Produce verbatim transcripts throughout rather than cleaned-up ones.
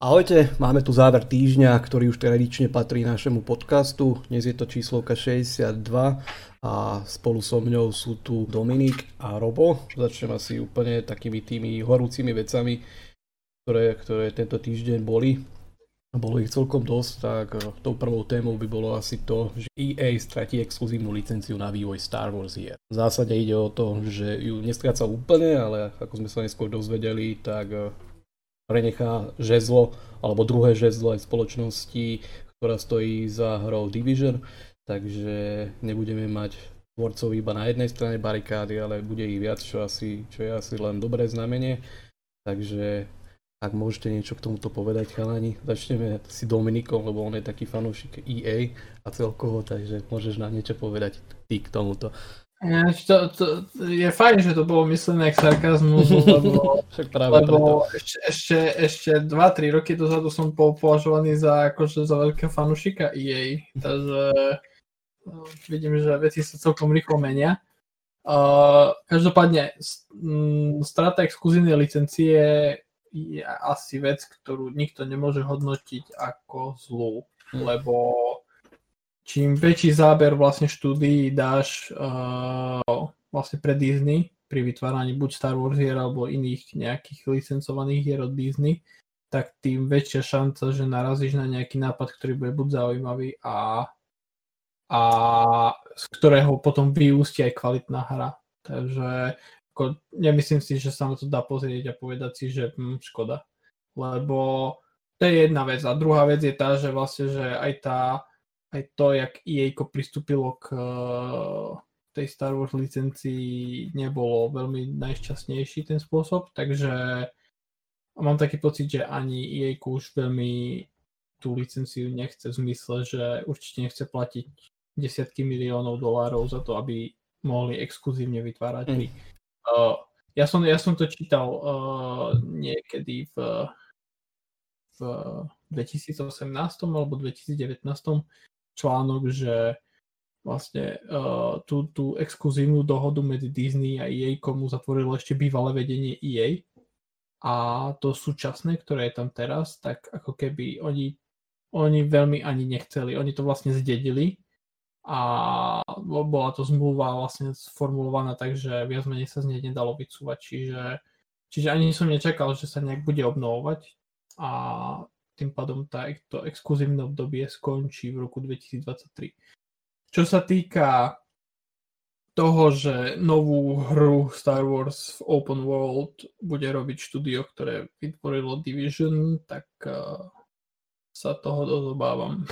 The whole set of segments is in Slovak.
Ahojte, máme tu záver týždňa, ktorý už tradične patrí našemu podcastu. Dnes je to číslovka šesťdesiatdva a spolu so mňou sú tu Dominik a Robo. Začnem asi úplne takými tými horúcimi vecami, ktoré, ktoré tento týždeň boli. Bolo ich celkom dosť, tak tou prvou témou by bolo asi to, že E A stratí exkluzívnu licenciu na vývoj Star Wars hier. V zásade ide o to, že ju nestráca úplne, ale ako sme sa neskôr dozvedeli, tak prenechá žezlo, alebo druhé žezlo aj spoločnosti, ktorá stojí za hrou Division, takže nebudeme mať tvorcov iba na jednej strane barikády, ale bude ich viac, čo, asi, čo je asi len dobré znamenie. Takže ak môžete niečo k tomuto povedať, chalani, začneme si Dominikom, lebo on je taký fanúšik E A a celkovo, takže môžeš nám niečo povedať ty k tomuto. To, to, je fajn, že to bolo myslené k sarkazmu, lebo, lebo ešte, ešte, ešte dva tri roky dozadu som bol považovaný za, akože, za veľkého fanúšika E A, takže no, vidím, že veci sa celkom rýchlo menia. Uh, každopádne, m, strata exkluzívnej licencie je asi vec, ktorú nikto nemôže hodnotiť ako zlú, hmm. lebo čím väčší záber vlastne štúdií dáš uh, vlastne pre Disney pri vytváraní buď Star Wars hier alebo iných nejakých licencovaných hier od Disney, tak tým väčšia šanca, že narazíš na nejaký nápad, ktorý bude buď zaujímavý a, a z ktorého potom vyústi aj kvalitná hra. Takže ako, nemyslím si, že sa na to dá pozrieť a povedať si, že hm, škoda. Lebo to je jedna vec. A druhá vec je tá, že vlastne, že aj tá aj to, jak E A pristúpilo k tej Star Wars licencii, nebolo veľmi najšťastnejší ten spôsob, takže mám taký pocit, že ani E A už veľmi tú licenciu nechce v zmysle, že určite nechce platiť desiatky miliónov dolárov za to, aby mohli exkluzívne vytvárať hry. Mm. Uh, ja, som, ja som to čítal uh, niekedy v, v dvetisícosemnásť alebo dvetisícdevätnásť článok, že vlastne uh, tú, tú exkluzívnu dohodu medzi Disney a E A komu zatvorilo ešte bývalé vedenie E A a to súčasné, ktoré je tam teraz, tak ako keby oni, oni veľmi ani nechceli. Oni to vlastne zdedili a bola to zmluva vlastne sformulovaná tak, že viac menej sa z nej nedalo vycúvať. Čiže, čiže ani som nečakal, že sa nejak bude obnovovať a tým pádom tá, to exkluzívne obdobie skončí v roku dvetisícdvadsaťtri. Čo sa týka toho, že novú hru Star Wars v Open World bude robiť štúdio, ktoré vytvorilo Division, tak uh, sa toho dosť obávam.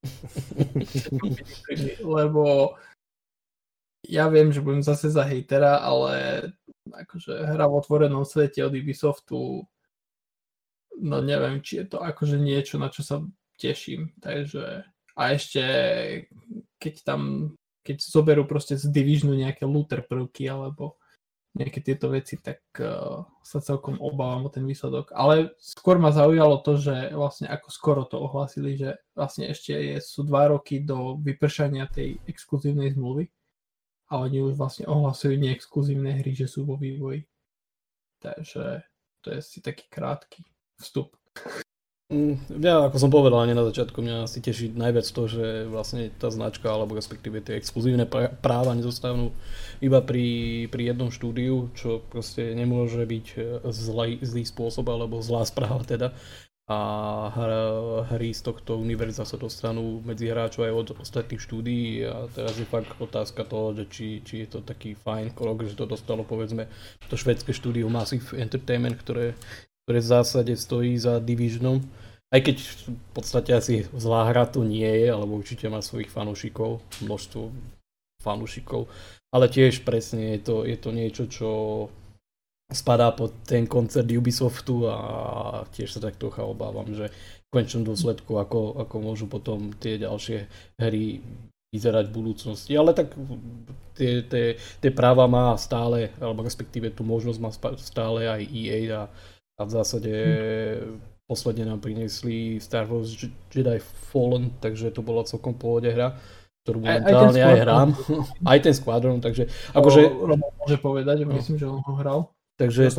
Lebo ja viem, že budem zase za hejtera, ale akože hra v otvorenom svete od Ubisoftu, no neviem, či je to akože niečo, na čo sa teším. Takže a ešte keď tam, keď zoberú proste z Divisionu nejaké looter prvky alebo nejaké tieto veci, tak uh, sa celkom obávam o ten výsledok. Ale skôr ma zaujalo to, že vlastne ako skoro to ohlásili, že vlastne ešte je, sú dva roky do vypršania tej exkluzívnej zmluvy a oni už vlastne ohlasujú neexkluzívne hry, že sú vo vývoji. Takže to je si taký krátky vstup. Ja, ako som povedal hneď na začiatku, mňa asi teší najviac to, že vlastne tá značka, alebo respektíve tie exkluzívne práva nezostanú iba pri, pri jednom štúdiu, čo proste nemôže byť zlý, zlý spôsob, alebo zlá správa teda. A hry z tohto univerza sa dostanú medzi hráčov aj od ostatných štúdií a teraz je fakt otázka toho, že či, či je to taký fajn krok, že to dostalo povedzme to švédske štúdio Massive Entertainment, ktoré ktoré v zásade stojí za Divisionom. Aj keď v podstate asi zlá hra to nie je, alebo určite má svojich fanúšikov, množstvo fanúšikov. Ale tiež presne je to, je to niečo, čo spadá pod ten koncert Ubisoftu a tiež sa tak trocha obávam, že v konečnom dôsledku, ako, ako môžu potom tie ďalšie hry vyzerať v budúcnosti. Ale tak tie, tie, tie práva má stále, alebo respektíve tú možnosť má stále aj E A a A v zásade hm. posledne nám priniesli Star Wars Jedi Fallen, takže to bola celkom pohode hra, ktorú momentálne aj, aj hrám. Aj ten Squadron, takže akože... Robo môže povedať, myslím, že on ho hral. Takže... Ja som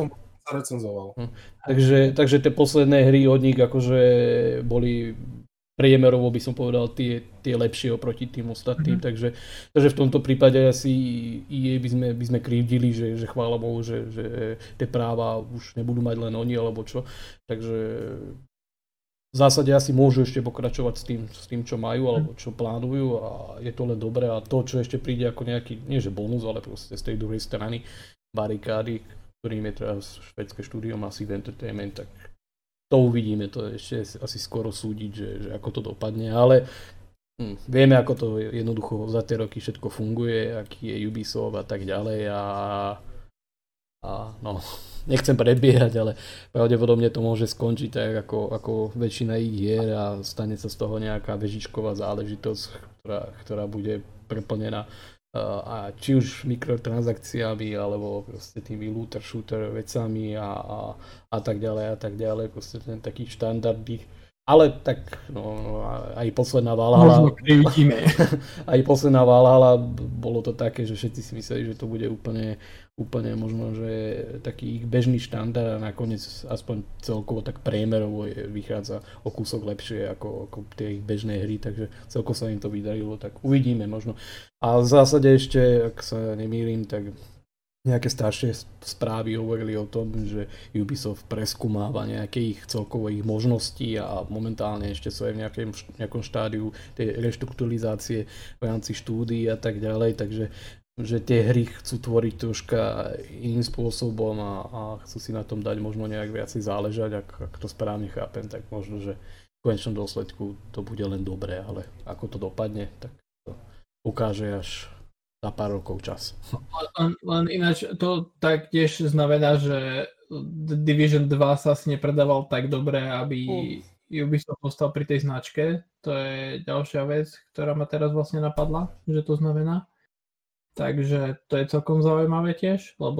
sa recenzoval. Hm. Takže, takže tie posledné hry od nich akože boli priemerovo, by som povedal, tie, tie lepšie oproti tým ostatným, mm-hmm. takže, takže v tomto prípade asi í á by sme, by sme krivdili, že, že chvála Bohu, že, že tie práva už nebudú mať len oni, alebo čo. Takže v zásade asi môžu ešte pokračovať s tým, s tým, čo majú, alebo čo plánujú a je to len dobré. A to, čo ešte príde ako nejaký, nie že bonus, ale proste z tej druhej strany barikády, ktorým je teraz švédske štúdio Massive Entertainment, tak to uvidíme, to je ešte asi skoro súdiť, že, že ako to dopadne, ale hm, vieme, ako to jednoducho za tie roky všetko funguje, aký je Ubisoft a tak ďalej a, a no, nechcem predbiehať, ale pravdepodobne to môže skončiť tak ako, ako väčšina ich hier a stane sa z toho nejaká vežičková záležitosť, ktorá, ktorá bude preplnená a či už mikrotransakciami alebo proste tými looter shooter vecami a, a, a tak ďalej a tak ďalej, proste ten taký štandardný, ale tak no, aj posledná Valhalla aj posledná Valhalla bolo to také, že všetci si mysleli, že to bude úplne úplne možno, že taký ich bežný štandard a nakoniec aspoň celkovo tak priemerovo je, vychádza o kúsok lepšie ako, ako tie ich bežné hry, takže celko sa im to vydarilo, tak uvidíme možno. A v zásade ešte, ak sa nemýlim, tak nejaké staršie správy hovorili o tom, že Ubisoft preskúmáva nejaké ich celkovo ich možnosti a momentálne ešte sú aj v nejakém, nejakom štádiu tej reštrukturalizácie v rámci štúdií a tak ďalej, takže že tie hry chcú tvoriť troška iným spôsobom a, a chcú si na tom dať možno nejak viacej záležať, ak, ak to správne chápem, tak možno, že v konečnom dôsledku to bude len dobré, ale ako to dopadne, tak to ukáže až za pár rokov čas. Len, len ináč to taktiež znamená, že Division dva sa asi nepredával tak dobre, aby mm. Ubisoft ostal pri tej značke. To je ďalšia vec, ktorá ma teraz vlastne napadla, že to znamená. Takže to je celkom zaujímavé tiež, lebo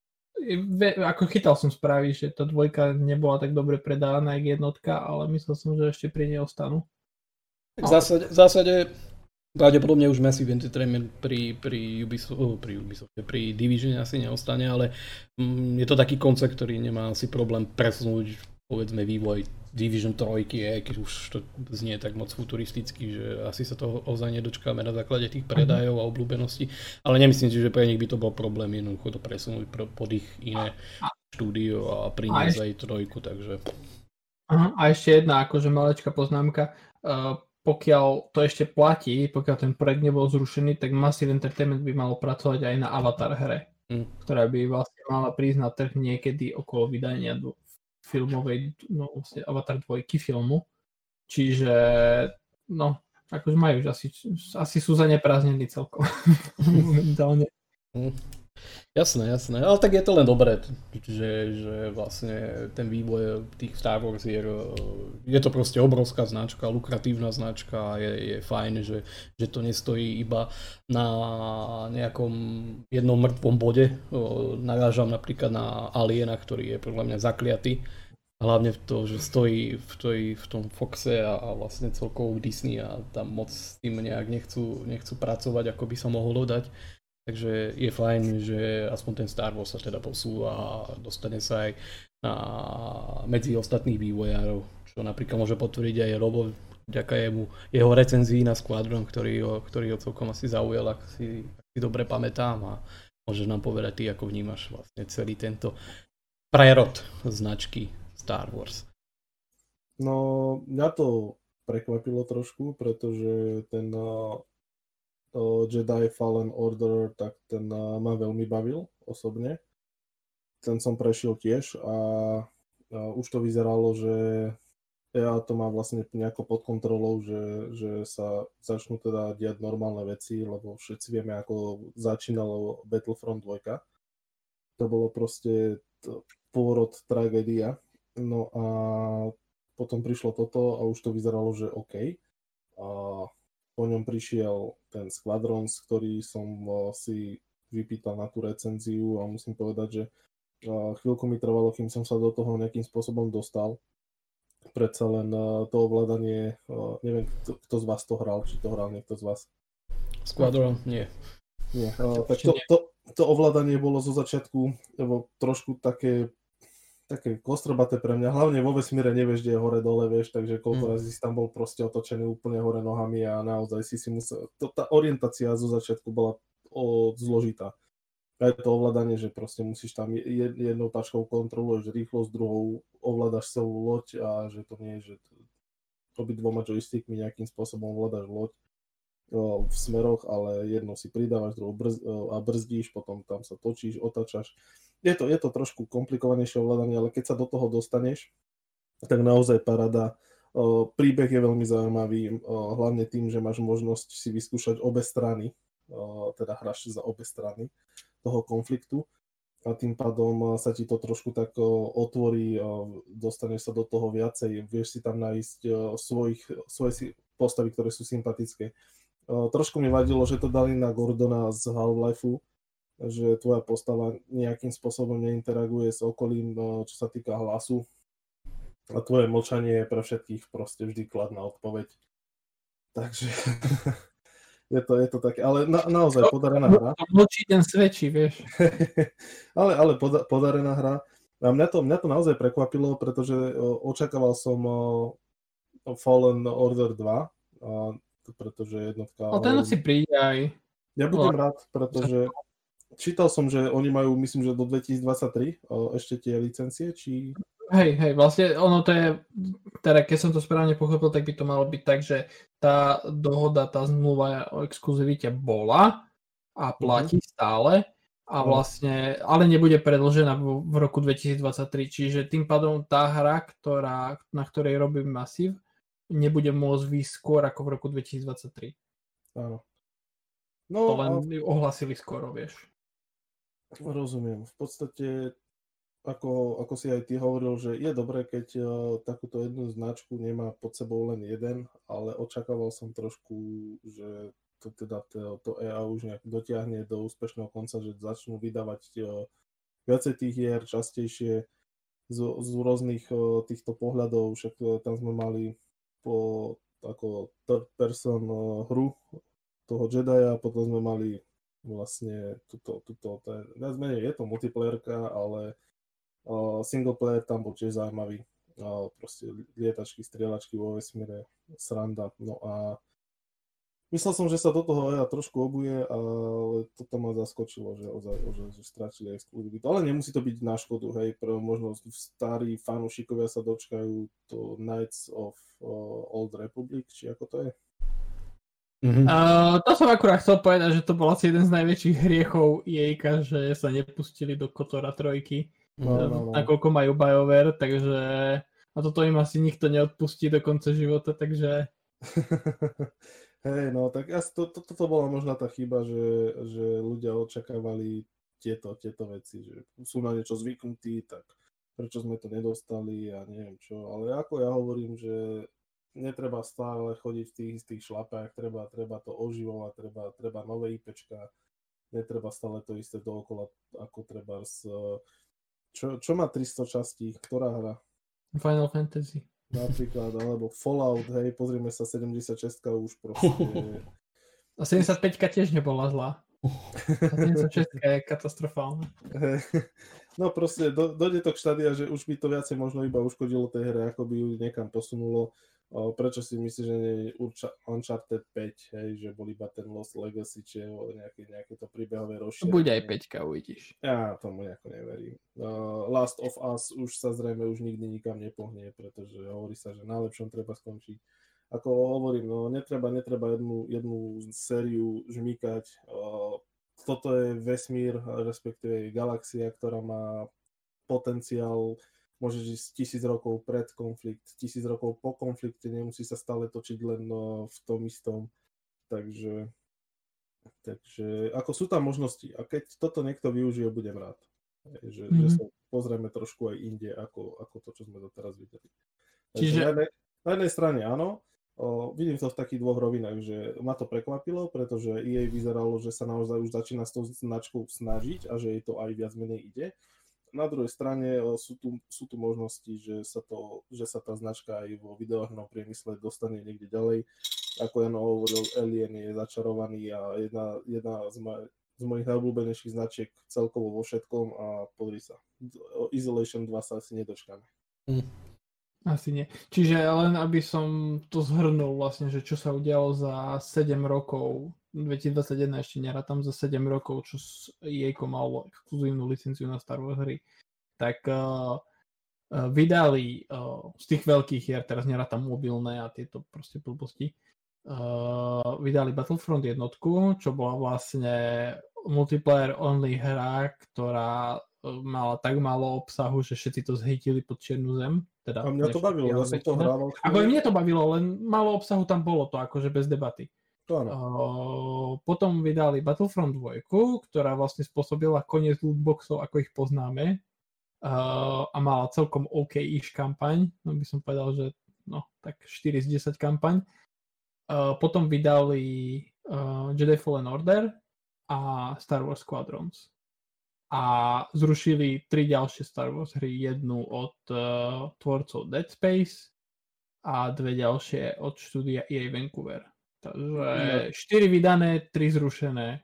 ako chytal som správy, že tá dvojka nebola tak dobre predávaná jak jednotka, ale myslel som, že ešte pri nej ostanú. V zásade, v zásade pravdepodobne už Massive Entertainment pri, pri, Ubisoft, oh, pri Ubisoft, pri Division asi neostane, ale mm, je to taký koncept, ktorý nemá asi problém presunúť povedzme vývoj Division tri, keď už to znie tak moc futuristicky, že asi sa toho ozaj nedočkáme na základe tých predajov a obľúbeností, ale nemyslím si, že pre nich by to bol problém jednoducho to presunúť pod ich iné štúdio a priniesť aj trojku, takže... Aha, a ešte jedna akože malečká poznámka, uh, pokiaľ to ešte platí, pokiaľ ten projekt nebol zrušený, tak Massive Entertainment by malo pracovať aj na Avatar hre, mm. ktorá by vlastne mala prísť na trh niekedy okolo vydania do filmovej, no vlastne Avatar dvojky filmu, čiže no, akože majú, asi, asi sú zaneprázdnení celkom momentálne. Mm. Jasné, jasné, ale tak je to len dobré, že, že vlastne ten vývoj tých Star Wars je, je to proste obrovská značka, lukratívna značka a je, je fajn, že, že to nestojí iba na nejakom jednom mŕtvom bode. Narážam napríklad na Aliena, ktorý je podľa mňa zakliatý. Hlavne v to, že stojí v, toj, v tom Foxe a, a vlastne celkovo v Disney a tam moc s tým nejak nechcú, nechcú pracovať, ako by sa mohlo dať. Takže je fajn, že aspoň ten Star Wars sa teda posúva a dostane sa aj na, medzi ostatných vývojárov, čo napríklad môže potvrdiť aj Robo, vďaka jemu, jeho recenzii na Squadron, ktorý ho, ktorý ho celkom asi zaujal, ak si, ak si dobre pamätám a môžeš nám povedať ty, ako vnímaš vlastne celý tento prerod značky Star Wars. No, mňa to prekvapilo trošku, pretože ten Jedi Fallen Order, tak ten ma veľmi bavil osobne. Ten som prešiel tiež a, a už to vyzeralo, že é á to má vlastne nejako pod kontrolou, že, že sa začnú teda diať normálne veci, lebo všetci vieme, ako začínalo Battlefront dva. To bolo proste pôrod tragédia. No a potom prišlo toto a už to vyzeralo, že OK. A po ňom prišiel ten Squadrons, ktorý som si vypýtal na tú recenziu a musím povedať, že chvíľku mi trvalo, kým som sa do toho nejakým spôsobom dostal. Predsa len to ovládanie, neviem, kto, kto z vás to hral, či to hral niekto z vás? Squadron, nie. Nie, tak to, to, to ovládanie bolo zo začiatku trošku také také kostrobaté pre mňa, hlavne vo vesmíre nevieš, kde je hore dole, vieš, takže koľko Mm. razy si tam bol proste otočený úplne hore nohami a naozaj si si musel, to, tá orientácia zo začiatku bola o, zložitá. Aj to ovládanie, že proste musíš tam jed, jednou tačkou kontroluješ rýchlosť, druhou ovládaš celú loď a že to nie je, že obidvoma joystickmi nejakým spôsobom ovládaš loď o, v smeroch, ale jednou si pridávaš, druhou brz, o, a brzdíš, potom tam sa točíš, otáčaš. Je to, je to trošku komplikovanejšie ovládanie, ale keď sa do toho dostaneš, tak naozaj paráda. O, príbeh je veľmi zaujímavý, o, hlavne tým, že máš možnosť si vyskúšať obe strany, o, teda hráš za obe strany toho konfliktu a tým pádom sa ti to trošku tak o, otvorí, o, dostaneš sa do toho viacej, vieš si tam nájsť o, svojich, svoje si, postavy, ktoré sú sympatické. O, trošku mi vadilo, že to dali na Gordona z Half-Lifeu, že tvoja postava nejakým spôsobom neinteraguje s okolím, čo sa týka hlasu. A tvoje mlčanie je pre všetkých proste vždy kladná odpoveď. Takže je to, je to také, ale na, naozaj podarená hra. Mlčí ten svedčí, vieš. ale ale poda, podarená hra. A mňa to, mňa to naozaj prekvapilo, pretože o, očakával som o, o Fallen Order dva, a, pretože jednotka... Ale ten si príde aj. Ja budem rád, pretože... Čítal som, že oni majú, myslím, že do dvetisícdvadsaťtri o, ešte tie licencie, či... Hej, hej, vlastne ono to je, teda keď som to správne pochopil, tak by to malo byť tak, že tá dohoda, tá zmluva o exkluzivite bola a platí mm-hmm. stále a vlastne, ale nebude predĺžená v, v roku dvetisícdvadsaťtri, čiže tým pádom tá hra, ktorá, na ktorej robí Massive, nebude môcť výjsť skôr ako v roku dvetisícdvadsaťtri. Áno. No, to len a... ohlasili skoro, vieš. Rozumiem. V podstate, ako, ako si aj ty hovoril, že je dobré, keď uh, takúto jednu značku nemá pod sebou len jeden, ale očakával som trošku, že to teda to, to é á už nejak dotiahne do úspešného konca, že začnú vydávať uh, viacej tých hier, častejšie z, z rôznych uh, týchto pohľadov, však uh, tam sme mali po ako third person uh, hru toho Jedia, potom sme mali vlastne tuto, tuto, to je, viac menej je to multiplayerka, ale uh, single player tam bol tiež zaujímavý. Uh, proste lietačky, strieľačky vo vesmíre, sranda. No a myslel som, že sa do toho é á trošku obuje, ale toto ma zaskočilo, že, že, že stratili exkluzivitu. Ale nemusí to byť na škodu, hej, pre možno starí fanúšikovia sa dočkajú to Knights of uh, Old Republic, či ako to je? Mm-hmm. Uh, to som akurát chcel povedať, že to bol asi jeden z najväčších hriechov é á, že sa nepustili do Kotora trojky, no, no, no. nakoľko majú BioWare, takže a toto im asi nikto neodpustí do konca života, takže... Hej, no tak asi to, to, toto bola možná tá chyba, že, že ľudia očakávali tieto, tieto veci, že sú na niečo zvyknutí, tak prečo sme to nedostali a neviem čo, ale ako ja hovorím, že netreba stále chodiť v tých istých šlapách, treba, treba to oživovať, treba, treba nové IPčka, netreba stále to isté dookola, ako treba z... Čo, čo má tristo častí? Ktorá hra? Final Fantasy. Napríklad, alebo Fallout, hej, pozrieme sa, sedemdesiatšesť už proste... A sedemdesiatpäť tiež nebola zlá. A sedemdesiatšesť je katastrofálna. No proste, do, dojde to k štádia, že už by to viacej možno iba uškodilo tej hre, ako by ju niekam posunulo. O, prečo si myslíš, že nie je Uncharted päť, hej, že bol iba ten Lost Legacy, či nejaké, nejaké to príbehové rozšírenie. Bude aj päťka, uvidíš. Ja tomu nejako neverím. Uh, Last of Us už sa zrejme už nikdy nikam nepohne, pretože hovorí sa, že najlepšom treba skončiť. Ako hovorím, no netreba, netreba jednu, jednu sériu žmýkať. Uh, toto je vesmír, respektíve galaxia, ktorá má potenciál. Môžeš ísť tisíc rokov pred konflikt, tisíc rokov po konflikte, nemusí sa stále točiť len no, v tom istom. Takže, takže ako sú tam možnosti. A keď toto niekto využije, budem rád. Že, mm-hmm. že sa pozrieme trošku aj inde, ako, ako to, čo sme doteraz videli. Čiže... Na jednej, na jednej strane áno, o, vidím to v takých dvoch rovinách, že ma to prekvapilo, pretože é á vyzeralo, že sa naozaj už začína s tou značkou snažiť a že jej to aj viac menej ide. Na druhej strane sú tu, sú tu možnosti, že sa, to, že sa tá značka aj vo videohernom priemysle dostane niekde ďalej. Ako Jano hovoril, Alien je začarovaný a jedna, jedna z, ma, z mojich najobľúbenejších značiek celkovo vo všetkom a pozri sa. Isolation dva sa asi nedočkáme. Hm. Asi nie. Čiže len aby som to zhrnul vlastne, že čo sa udialo za sedem rokov, dvetisícdvadsaťjeden ešte nerátam, za sedem rokov, čo E A malo exkluzívnu licenciu na Star Wars hry, tak uh, uh, vydali uh, z tých veľkých hier, teraz nerátam mobilné a tieto proste blbosti, uh, vydali Battlefront jednotku, čo bola vlastne multiplayer only hra, ktorá mala tak málo obsahu, že všetci to zhejtili pod čiernu zem. Teda, a mňa to bavilo, ja som to hrával. Ako aj mne to bavilo, len málo obsahu tam bolo to, akože bez debaty. To áno. Uh, potom vydali Battlefront dva, ktorá vlastne spôsobila koniec lootboxov, ako ich poznáme. Uh, a mala celkom OK-ish kampaň. No by som povedal, že no, tak štyri z desať kampaň. Uh, potom vydali uh, Jedi Fallen Order a Star Wars Squadrons. A zrušili tri ďalšie Star Wars hry, jednu od uh, tvorcov Dead Space a dve ďalšie od štúdia E A Vancouver. Takže štyri vydané, tri zrušené.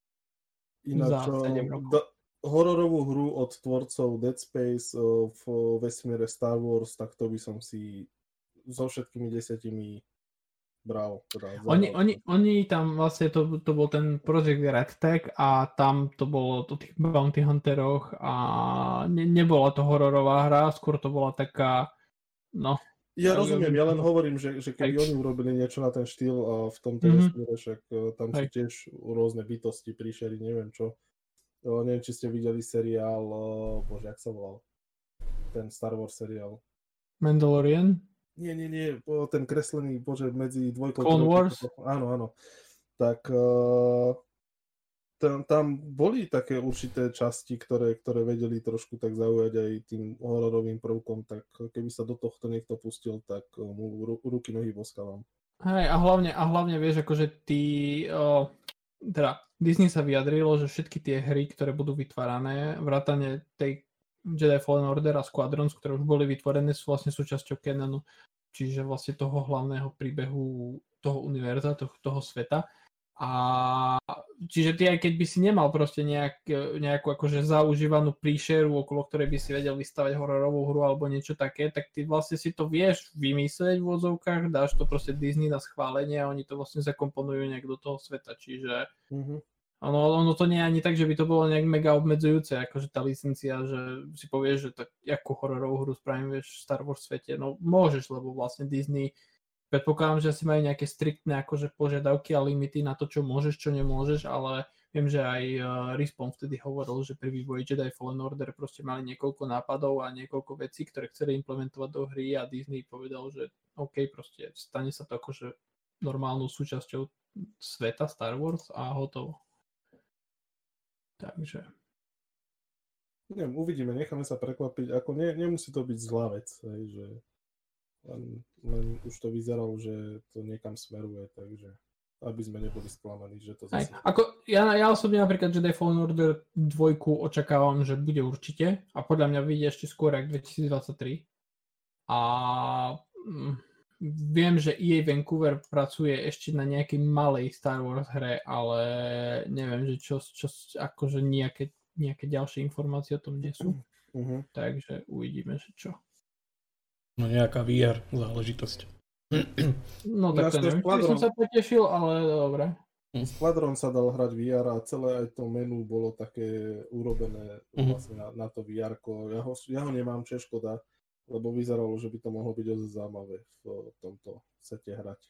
Ináč, za sedem rokov. Da, hororovú hru od tvorcov Dead Space uh, v vesmíre Star Wars, tak to by som si so všetkými desiatimi bral. Teda oni, oni, oni tam vlastne, to, to bol ten Project Red Tag a tam to bolo o tých Bounty Hunteroch a ne, nebola to hororová hra, skôr to bola taká, no. Ja rozumiem, ja len hovorím, že, že keby oni urobili niečo na ten štýl a v tomto mm-hmm. vesmíre, však tam sú tiež rôzne bytosti, príšery, neviem čo. O, neviem, či ste videli seriál, o, bože, jak sa volal? Ten Star Wars seriál. Mandalorian? Nie, nie, nie, ten kreslený, bože, medzi dvojkou... Clone Wars? Áno, áno. Tak uh, tam, tam boli také určité časti, ktoré, ktoré vedeli trošku tak zaujať aj tým hororovým prvkom, tak keby sa do tohto niekto pustil, tak mu ruky, nohy boskávam. Hej, a hlavne, a hlavne vieš, akože tí... Uh, teda Disney sa vyjadrilo, že všetky tie hry, ktoré budú vytvárané, vrátane tej Jedi Fallen Order a Squadrons, ktoré už boli vytvorené, sú vlastne súčasťou canonu, čiže vlastne toho hlavného príbehu toho univerza, toho, toho sveta. A čiže ty, aj keď by si nemal proste nejak, nejakú akože zaužívanú príšeru, okolo ktorej by si vedel vystavať hororovú hru alebo niečo také, tak ty vlastne si to vieš vymyslieť v vozovkách, dáš to proste Disney na schválenie a oni to vlastne zakomponujú nejak do toho sveta, čiže mm-hmm. Ono, ono to nie je ani tak, že by to bolo nejak mega obmedzujúce, akože tá licencia, že si povieš, že tak akú hororovú hru spravím, vieš, v Star Wars svete, no môžeš, lebo vlastne Disney, predpokladám, že asi majú nejaké striktné akože požiadavky a limity na to, čo môžeš, čo nemôžeš, ale viem, že aj uh, Respawn vtedy hovoril, že pri vývoji Jedi Fallen Order proste mali niekoľko nápadov a niekoľko vecí, ktoré chceli implementovať do hry a Disney povedal, že OK, proste stane sa to akože normálnou súčasťou sveta Star Wars a hotovo. Takže. Neviem, uvidíme, necháme sa prekvapiť. Ako ne, nemusí to byť zlá vec, hej, že len, len už to vyzeralo, že to niekam smeruje, takže aby sme neboli sklamaní, že to zase... Aj, ako ja, ja osobne napríklad Jedi Fallen Order dva očakávam, že bude určite a podľa mňa vyjde ešte skôr ako dvetisícdvadsaťtri. A mm, viem, že E A Vancouver pracuje ešte na nejakej malej Star Wars hre, ale neviem, že čo, čo akože nejaké, nejaké ďalšie informácie o tom nie sú. Uh-huh. Takže uvidíme, že čo. No nejaká vé er záležitosť. No tak to neviem, či som sa potešil, ale dobre. Squadron sa dal hrať vé er a celé aj to menu bolo také urobené uh-huh. vlastne na, na to vé erko. Ja ho, ja ho nemám, čo škoda. Lebo vyzeralo, že by to mohlo byť dosť zaujímavé v tomto sete hrať.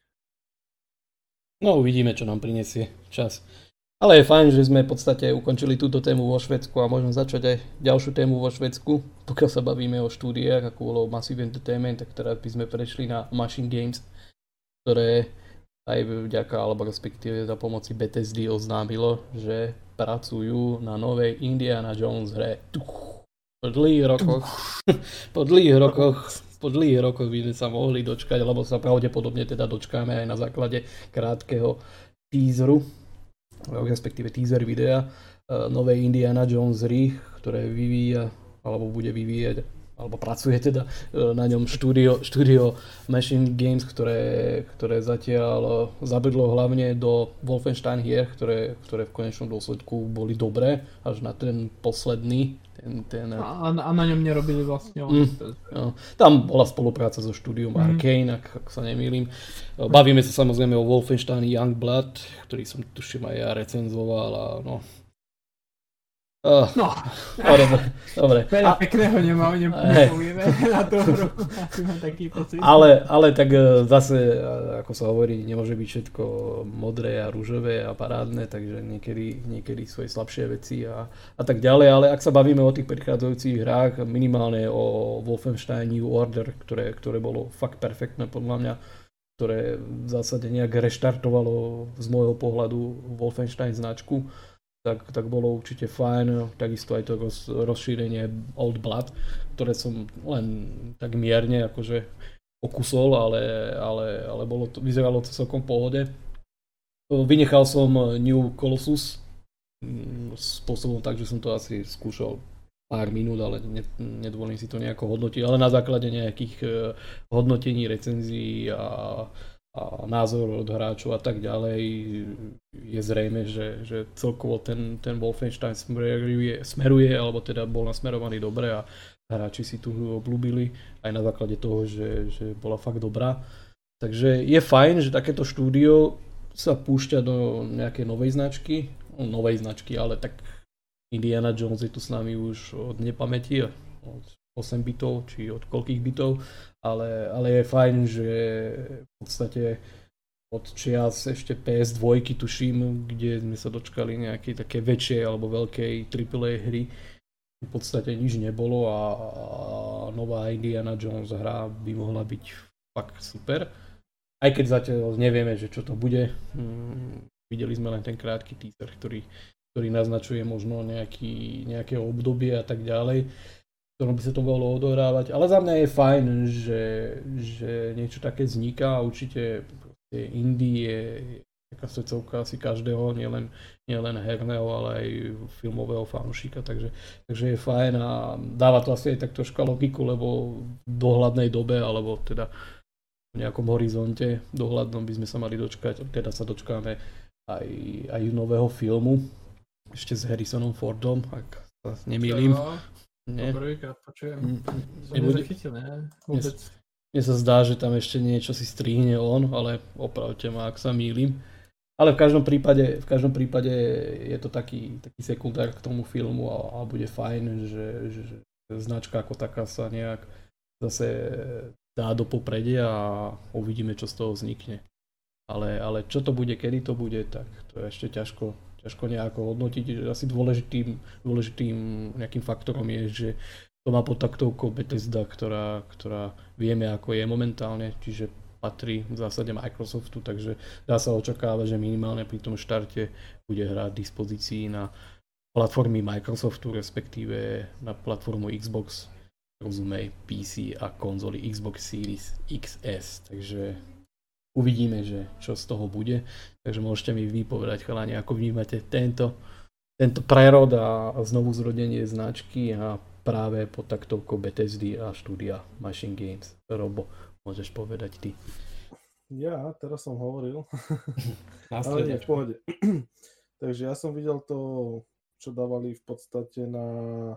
No uvidíme, čo nám prinesie čas. Ale je fajn, že sme v podstate ukončili túto tému vo Švédsku a môžeme začať aj ďalšiu tému vo Švédsku. Pokiaľ sa bavíme o štúdiách, ako bolo Massive Entertainment, tak teraz by sme prešli na Machine Games, ktoré aj vďaka, alebo respektíve za pomoci Bethesdy oznámilo, že pracujú na novej Indiana Jones hre. Po dlhých rokoch, po dlhých rokoch, po dlhých rokoch by sme sa mohli dočkať, lebo sa pravdepodobne teda dočkáme aj na základe krátkeho teaseru, respektíve teaser videa novej Indiana Jones hry, ktoré vyvíja, alebo bude vyvíjať alebo pracuje teda na ňom štúdio, štúdio Machine Games, ktoré, ktoré zatiaľ zabrdlo hlavne do Wolfenstein hier, ktoré, ktoré v konečnom dôsledku boli dobré, až na ten posledný. Ten, ten... A, a na ňom nerobili vlastne. Mm, no. Tam bola spolupráca so štúdiom mm. Arcane, ak, ak sa nemýlim. Bavíme sa samozrejme o Wolfenstein Youngblood, ktorý som tuším aj ja recenzoval a no... Uh, no, dobre, dobre. Veľa pekného nemám, nepovieme na tú hru. Ale, ale tak zase, ako sa hovorí, nemôže byť všetko modré a rúžové a parádne, takže niekedy, niekedy sú aj slabšie veci a, a tak ďalej. Ale ak sa bavíme o tých prichádzajúcich hrách, minimálne o Wolfenstein New Order, ktoré, ktoré bolo fakt perfektné podľa mňa, ktoré v zásade nejak reštartovalo z môjho pohľadu Wolfenstein značku, Tak, tak bolo určite fajn, takisto aj to roz, rozšírenie Old Blood, ktoré som len tak mierne akože okusol, ale, ale, ale bolo to, vyzeralo to celkom v pohode. Vynechal som New Colossus spôsobom tak, že som to asi skúšal pár minút, ale ne, nedovolím si to nejako hodnotiť, ale na základe nejakých hodnotení, recenzií a a názor od hráčov a tak ďalej je zrejme, že, že celkovo ten, ten Wolfenstein smeruje, smeruje, alebo teda bol nasmerovaný dobre a hráči si tu obľúbili aj na základe toho, že, že bola fakt dobrá. Takže je fajn, že takéto štúdio sa púšťa do nejakej novej značky, no, novej značky, ale tak Indiana Jones je tu s nami už od nepamäti, od osem bitov, či od koľkých bitov, ale, ale je fajn, že v podstate od čias ešte pé es dva tuším, kde sme sa dočkali nejakej také väčšej alebo veľkej triple A hry, v podstate nič nebolo a, a nová Indiana Jones hra by mohla byť fakt super. Aj keď zatiaľ nevieme, že čo to bude. Hmm, videli sme len ten krátky teaser, ktorý, ktorý naznačuje možno nejaký, nejaké obdobie a tak ďalej, ktorom by sa to mohlo odohrávať, ale za mňa je fajn, že, že niečo také vzniká a určite indie je taká srdcovka asi každého, nielen, nielen herného, ale aj filmového fanúšika, takže, takže je fajn a dáva to asi aj tak troška logiku, lebo v dohľadnej dobe, alebo teda v nejakom horizonte dohľadnom by sme sa mali dočkať, teda sa dočkáme aj, aj nového filmu, ešte s Harrisonom Fordom, ak sa nemýlim. Nie. Prvýkrát počujem. Som nezachytil, ne? Vôbec. Mne sa zdá, že tam ešte niečo si strihne on, ale opravte ma, ak sa mýlim. Ale v každom prípade, v každom prípade je to taký, taký sekundár k tomu filmu a, a bude fajn, že, že, že značka ako taká sa nejak zase dá do popredia a uvidíme, čo z toho vznikne. Ale, ale čo to bude, kedy to bude, tak to je ešte ťažko ťažko nejako hodnotiť. Asi dôležitým, dôležitým nejakým faktorom je, že to má pod taktovkou Bethesda, ktorá, ktorá vieme ako je momentálne, čiže patrí v zásade Microsoftu, takže dá sa očakávať, že minimálne pri tom štarte bude hra k dispozícii na platformy Microsoftu, respektíve na platformu Xbox, rozumej pé cé a konzoly Xbox Series iks es, takže uvidíme, že čo z toho bude. Takže môžete mi vypovedať, chalani, ako vnímate tento, tento prerod a znovu zrodenie značky a práve pod taktovkou Bethesdy a štúdia Machine Games. Robo, môžeš povedať ty. Ja, teraz som hovoril. Ale nie, v pohode. Takže ja som videl to, čo dávali v podstate na,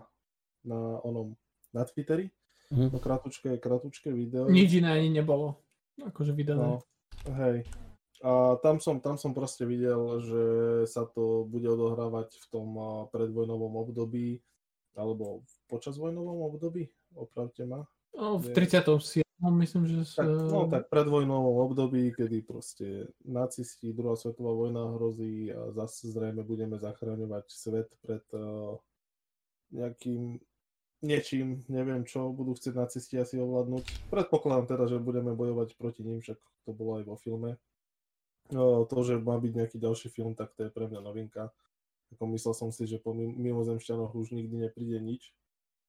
na onom, na Twitteri. Mm. To kratučké, kratučké video. Nič iné ani nebolo. Akože vydané. No. Hej. A tam som, tam som proste videl, že sa to bude odohrávať v tom predvojnovom období, alebo v počasvojnovom období, opravte ma. No, v tridsiatom siedmom myslím, že... Tak, no tak predvojnovom období, kedy proste nacisti, druhá svetová vojna hrozí a zase zrejme budeme zachraňovať svet pred uh, nejakým niečím, neviem čo, budú chcieť nacisti asi ovládnuť. Predpokladám teda, že budeme bojovať proti ním, však to bolo aj vo filme. No, to, že má byť nejaký ďalší film, tak to je pre mňa novinka. Ako myslel som si, že po mimozemšťanoch už nikdy nepríde nič.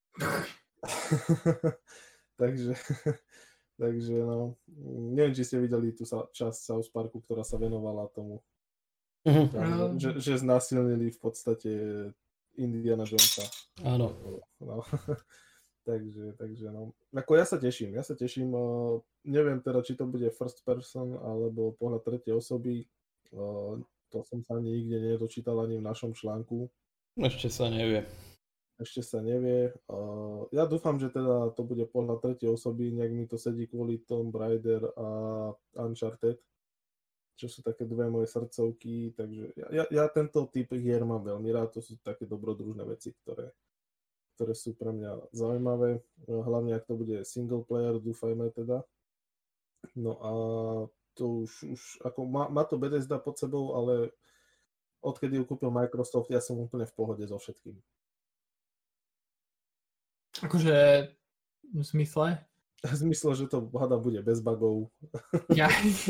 takže, takže no, neviem, či ste videli tú časť South Parku, ktorá sa venovala tomu, mm-hmm. tam, že, že znásilnili v podstate Indiana Jonesa. Áno. No. Takže, takže no. Ako ja sa teším, ja sa teším. Uh, neviem teda, či to bude first person, alebo pohľad tretej osoby. Uh, to som sa ani nikde nedočítal ani v našom článku. Ešte sa nevie. Ešte sa nevie. Uh, ja dúfam, že teda to bude pohľad tretej osoby, nejak mi to sedí kvôli Tomb Raider a Uncharted, čo sú také dve moje srdcovky, takže ja, ja, ja tento typ hier mám veľmi rád, to sú také dobrodružné veci, ktoré ktoré sú pre mňa zaujímavé, hlavne ak to bude single player, dúfajme teda. No a to už, už ako má, má to Bethesda pod sebou, ale odkedy ju kúpil Microsoft, ja som úplne v pohode so všetkým. Akože v zmysle? V zmysle, že to hada bude bez bugov. Ja.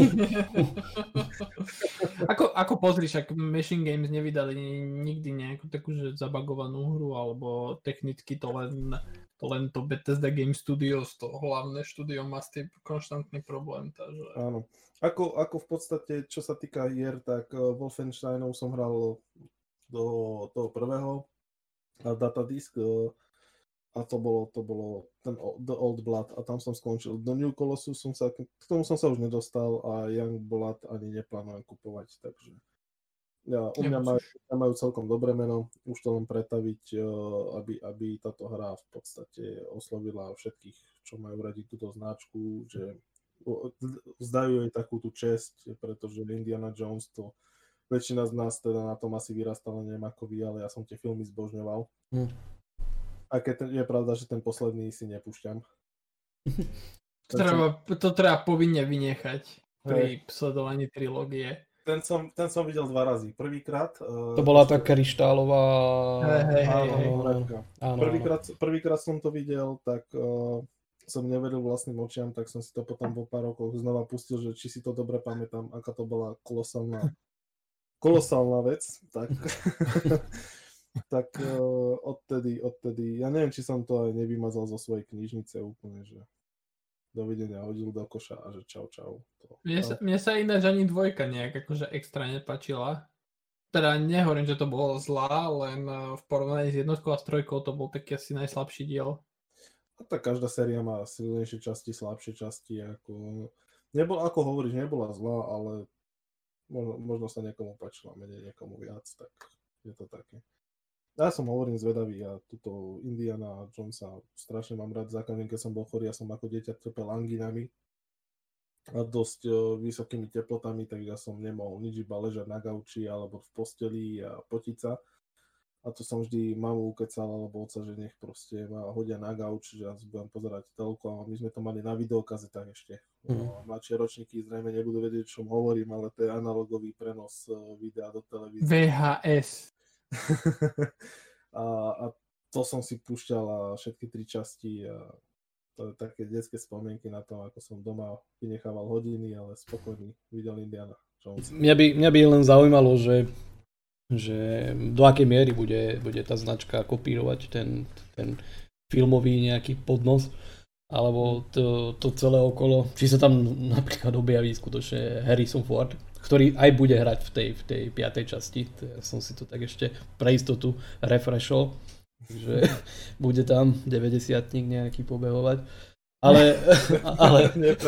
ako, ako pozri, však Machine Games nevydali nikdy nejakú takú že zabagovanú hru, alebo technicky to len to, len to Bethesda Game Studios, to hlavné štúdio má s tým konštantný problém. Takže... Áno. Ako, ako v podstate, čo sa týka hier, tak Wolfensteinov som hral do toho prvého a datadisk a to bolo, to bolo ten The Old Blood a tam som skončil. Do New Colossus som sa, k tomu som sa už nedostal a Young Blood ani neplánujem kupovať, takže ja, u mňa majú, majú celkom dobré meno, už to len pretaviť, aby, aby táto hra v podstate oslovila všetkých, čo majú radi túto značku, že vzdajú jej takú tú česť, pretože Indiana Jones to väčšina z nás teda na tom asi vyrastala, neviem ako vy, ale ja som tie filmy zbožňoval. Hm. A keď je pravda, že ten posledný si nepúšťam. To treba, to treba povinne vynechať pri hey. sledovaní trilógie. Ten som, ten som videl dva razy. Prvýkrát... To bola tá kryštálová... Hej, hej, hej. Prvýkrát, prvýkrát som to videl, tak uh, som neveril vlastným očiam, tak som si to potom po pár rokoch znova pustil, že či si to dobre pamätám, aká to bola kolosálna, kolosálna vec. Tak... tak uh, odtedy, odtedy, ja neviem, či som to aj nevymazal zo svojej knižnice úplne, že dovidenia, hodil do koša a že čau, čau. To, mne, sa, mne sa ináč ani dvojka nejak akože extra nepáčila. Teda nehovorím, že to bolo zlá, len v porovnaní s jednotkou a s trojkou to bol taký asi najslabší diel. A tak každá séria má silnejšie časti, slabšie časti, ako... Nebol, ako hovoríš, nebola zlá, ale možno, možno sa niekomu páčila, menej niekomu viac, tak je to také. Ja som hovorím zvedavý a túto Indiana Jonesa strašne mám rád, základne keď som bol chorý, ja som ako dieťa trpel anginami a dosť uh, vysokými teplotami, takže ja som nemohol nič iba ležať na gauči alebo v posteli a potiť sa. A to som vždy mamu ukecal alebo oca, že nech proste ma hodia na gauč, že ja budem pozerať telku a my sme to mali na videokazetách ešte. Mm. No, mladšie ročníky zrejme nebudú vedieť, čo hovorím, ale to je analogový prenos uh, videa do televízie. vé há es. a, a to som si púšťal a všetky tri časti a to je také detské spomienky na to, ako som doma vynechával hodiny, ale spokojný videl Indiana Jones. Mňa by, mňa by len zaujímalo, že, že do akej miery bude, bude tá značka kopírovať ten, ten filmový nejaký podnos, alebo to, to celé okolo, či sa tam napríklad objaví skutočne Harrison Ford, ktorý aj bude hrať v tej, v tej piatej časti. Ja som si to tak ešte pre istotu refreshol, že bude tam deväťdesiatnik nejaký pobehovať. Ale, ale,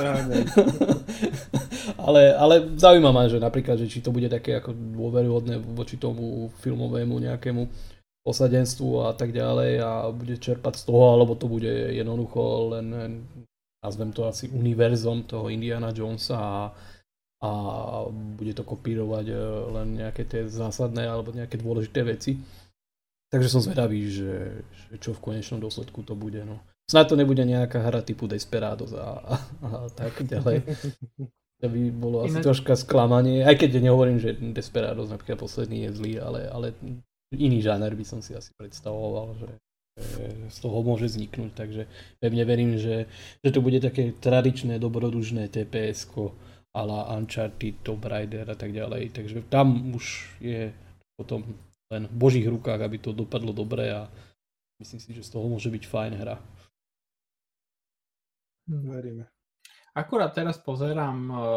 ale, ale zaujíma ma, že napríklad, že či to bude také ako dôveryhodné voči tomu filmovému nejakému osadenstvu a tak ďalej a bude čerpať z toho, alebo to bude jednoducho len, nazvem to asi univerzum toho Indiana Jonesa a, a bude to kopírovať len nejaké tie zásadné alebo nejaké dôležité veci. Takže som zvedavý, že, že čo v konečnom dôsledku to bude. No. Snad to nebude nejaká hra typu Desperados a, a, a tak ďalej. To by bolo asi troška sklamanie, aj keď nehovorím, že Desperados napríklad posledný je zlý, ale, ale iný žáner by som si asi predstavoval, že z toho môže vzniknúť, takže pevne verím, že, že to bude také tradičné, dobrodružné té pé esko a la Uncharted, Tomb Raider a tak ďalej, takže tam už je potom len v božích rukách, aby to dopadlo dobre a myslím si, že z toho môže byť fajn hra. Veríme. Akurát teraz pozerám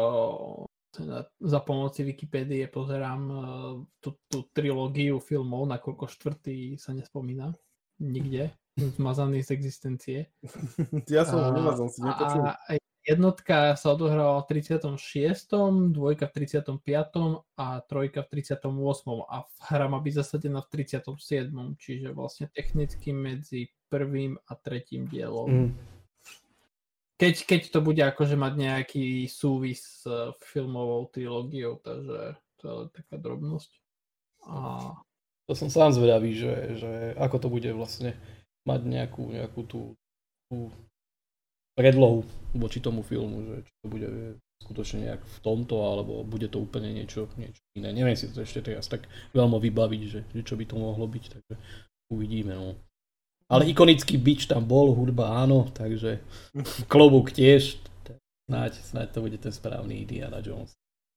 za pomoci Wikipédie pozerám tú, tú trilógiu filmov, nakoľko štvrtý sa nespomína nikde. zmazaný z existencie. Ja som ho nemazal, si nepočul. A jednotka sa odohrávala v tridsiatom šiestom, dvojka v tridsiatom piatom a trojka v tridsiatom ôsmom a hra má byť zasadená v tridsiatom siedmom, čiže vlastne technicky medzi prvým a tretím dielom. Mm. Keď, keď to bude akože mať nejaký súvis s filmovou trilógiou, takže to je taká drobnosť. A... To som sám zvedavý, že, že ako to bude vlastne mať nejakú, nejakú tú, tú predlohu voči tomu filmu, že či to bude skutočne nejak v tomto, alebo bude to úplne niečo, niečo iné. Neviem si to ešte teraz tak veľmi vybaviť, že, že čo by to mohlo byť, takže uvidíme. No. Ale ikonický bič tam bol, hudba áno, takže klobúk tiež, snáď, snáď to bude ten správny Indiana Jones.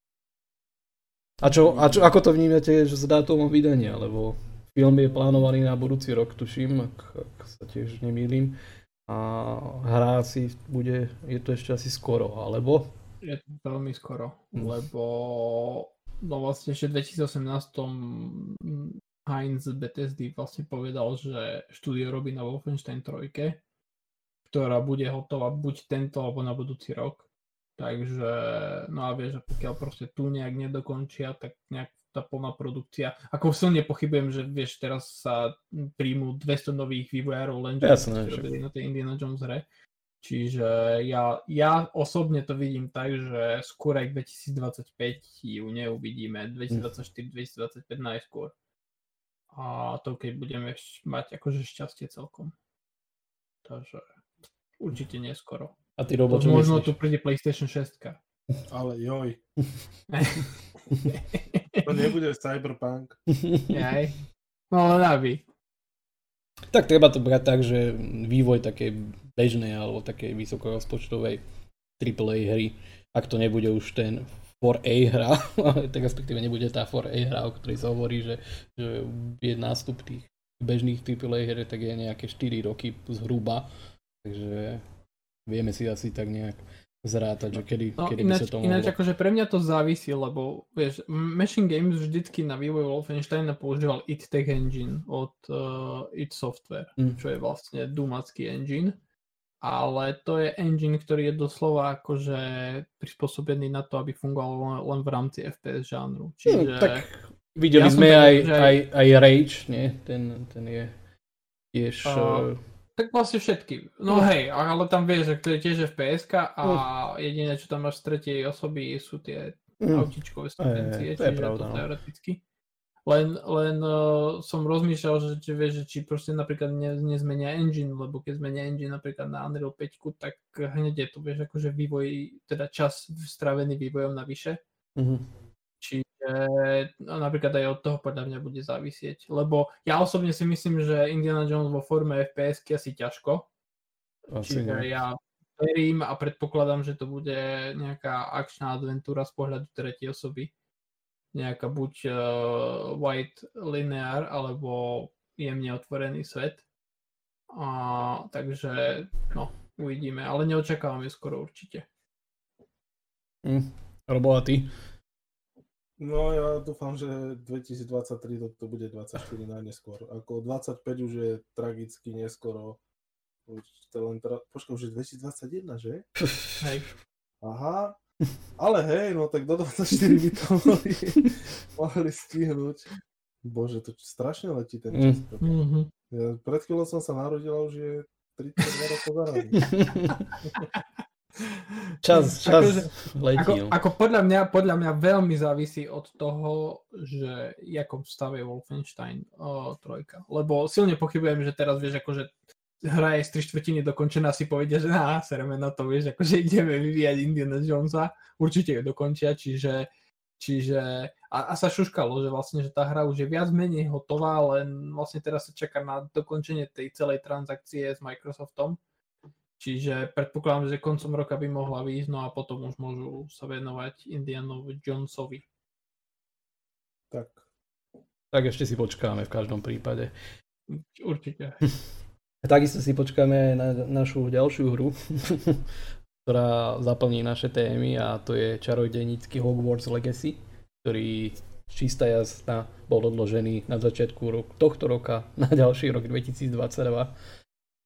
A, čo, a čo, ako to vnímate s dátumom vydania, lebo film je plánovaný na budúci rok, tuším, ak, ak sa tiež nemýlim. A hra asi bude, je to ešte asi skoro, alebo? Je to veľmi skoro, hm. lebo no vlastne ešte v dvetisícosemnásť Heinz Bethesdy vlastne povedal, že štúdio robí na Wolfenstein tri, ktorá bude hotová buď tento, alebo na budúci rok. Takže, no a vieš, že pokiaľ proste tu nejak nedokončia, tak nejak tá plná produkcia. Ako silne pochybujem, že vieš, teraz sa príjmú dvesto nových vývojárov len, že robili na tej Indiana Jones hre. Čiže ja, ja osobne to vidím tak, že skôr aj dvetisícdvadsaťpäť ju neuvidíme, dvetisícdvadsaťštyri dvetisícdvadsaťpäť najskôr. A to keď budeme mať akože šťastie celkom. Takže určite neskoro. A ty Robo, čo možno myslíš? Tu príde PlayStation šesť. Ale joj. To nebude Cyberpunk. Jaj. No len aby. Tak treba to brať tak, že vývoj takej bežnej alebo takej vysokorozpočtovej triple A hry, ak to nebude už ten štyri A hra, tak respektíve nebude tá štyri A hra, o ktorej sa hovorí, že, že je nástup tých bežných triple A hier, tak je nejaké štyri roky zhruba. Takže vieme si asi tak nejak zrátať, že kedy, no, kedy ináč, by sa to mohlo. Ináč akože pre mňa to závisí, lebo vieš, Machine Games vždycky na vývoj Wolfensteina používal id Tech Engine od uh, id Software, mm. čo je vlastne dúmacký engine, ale to je engine, ktorý je doslova akože prispôsobený na to, aby fungoval len v rámci ef pé es žánru. Čiže... No, tak videli ja sme aj, že... aj, aj Rage, nie? Ten, ten je tiež... Uh... Tak vlastne všetky. No hej, ale tam vieš, že to je tiež ef pé eska a mm. jediné, čo tam máš z tretej osoby, sú tie mm. autičkové sekvencie, čiže je pravda, to teoreticky. Len, len uh, som rozmýšľal, že, že vieš, že či proste napríklad ne, nezmenia engine, lebo keď zmenia engine napríklad na Unreal päť, tak hneď je to, vieš, akože vývoj, teda čas strávený vývojom navyše. Mm-hmm. Čiže no, napríklad aj od toho podľa mňa bude závisieť, lebo ja osobne si myslím, že Indiana Jones vo forme ef pé esky asi ťažko. Asi Čiže ne. Ja verím a predpokladám, že to bude nejaká akčná adventúra z pohľadu tretej osoby. Nejaká buď uh, white linear, alebo jemne otvorený svet. A, takže no, uvidíme, ale neočakávame skoro určite. Mm. Robo, a ty? No ja dúfam, že dvetisícdvadsaťtri to, to bude dvadsaťštyri najneskôr. Ako dvadsaťpäť už je tragicky neskoro. Už len tra... Počkaj, už je dvetisícdvadsaťjeden, že? Hej. Aha. Ale hej, no tak do dvadsaťštyri by to mohli, mohli stihnúť. Bože, to strašne letí ten čas. Mm-hmm. Ja, pred chvíľou som sa narodila, už je tridsaťdva rokov zarazí. Čas, čas akože, letí. Ako, ako podľa mňa, podľa mňa veľmi závisí od toho, že jakom stave je Wolfenstein o, trojka. Lebo silne pochybujem, že teraz vieš, akože hra je z tri štvrtiny dokončená, si povedia, že á, sereme na to, vieš, akože ideme vyvíjať Indiana Jonesa. Určite ju dokončia, čiže, čiže a, a sa šuškalo, že vlastne, že tá hra už je viac menej hotová, len vlastne teraz sa čaká na dokončenie tej celej transakcie s Microsoftom. Čiže predpokladám, že koncom roka by mohla výjsť, no a potom už môžu sa venovať Indianovi Jonesovi. Tak. Tak ešte si počkáme v každom prípade. Určite. Takisto si počkáme na našu ďalšiu hru, ktorá zaplní naše témy, a to je čarodejnícky Hogwarts Legacy, ktorý čistá jazda bol odložený na začiatku roku, tohto roka na ďalší rok dvetisícdvadsaťdva.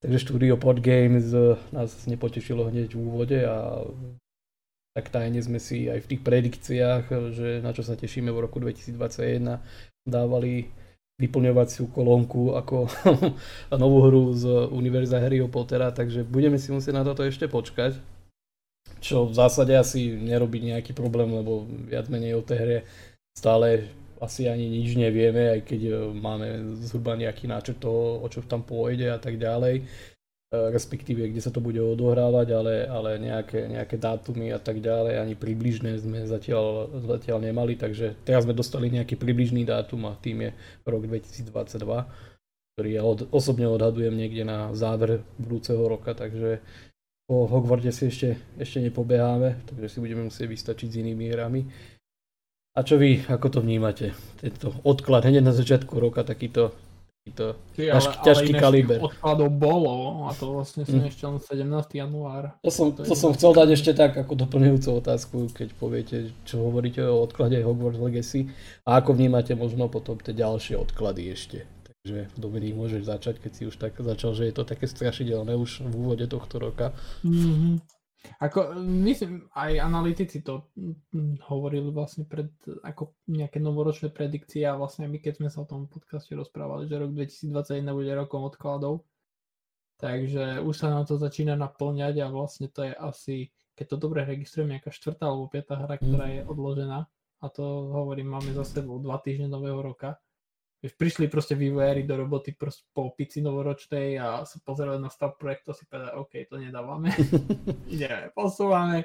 Takže štúdio Pod Games nás nepotešilo hneď v úvode a tak tajne sme si aj v tých predikciách, že na čo sa tešíme v roku dvetisícdvadsaťjeden, dávali vyplňovaciu kolónku ako novú hru z univerza Harryho Pottera, takže budeme si musieť na toto ešte počkať. Čo v zásade asi nerobí nejaký problém, lebo viac menej o tej hre stále asi ani nič nevieme, aj keď máme zhruba nejaký náčrt toho, o čo tam pôjde a tak ďalej, respektíve kde sa to bude odohrávať, ale, ale nejaké, nejaké dátumy a tak ďalej, ani približné sme zatiaľ, zatiaľ nemali, takže teraz sme dostali nejaký približný dátum a tým je rok dvetisícdvadsaťdva, ktorý ja od, osobne odhadujem niekde na záver budúceho roka, takže po Hogwarte si ešte, ešte nepobeháme, takže si budeme musieť vystačiť s inými hrami. A čo vy, ako to vnímate? Tento odklad hneď na začiatku roka, takýto, takýto Ty, ale, ťažký ale kaliber. Odkladov bolo a to vlastne som mm. ešte len sedemnásteho januára. To som, to, to som chcel dať ešte tak ako doplňujúcu otázku, keď poviete, čo hovoríte o odklade Hogwarts Legacy a ako vnímate možno potom tie ďalšie odklady ešte. Takže Dominik, môžeš začať, keď si už tak začal, že je to také strašidelné už v úvode tohto roka. Mm-hmm. Ako, myslím, aj analytici to hovorili vlastne pred, ako nejaké novoročné predikcie a vlastne my, keď sme sa o tom podcaste rozprávali, že rok dvetisícdvadsaťjeden bude rokom odkladov, takže už sa nám to začína naplňať a vlastne to je asi, keď to dobre registrujem, nejaká štvrtá alebo piatá hra, ktorá je odložená a to hovorím, máme za sebou dva týždne nového roka. Prišli proste vývojári do roboty po pici novoročnej a sa pozerali na stav projektu a si povedali, OK, to nedávame. Ideme, posúvame.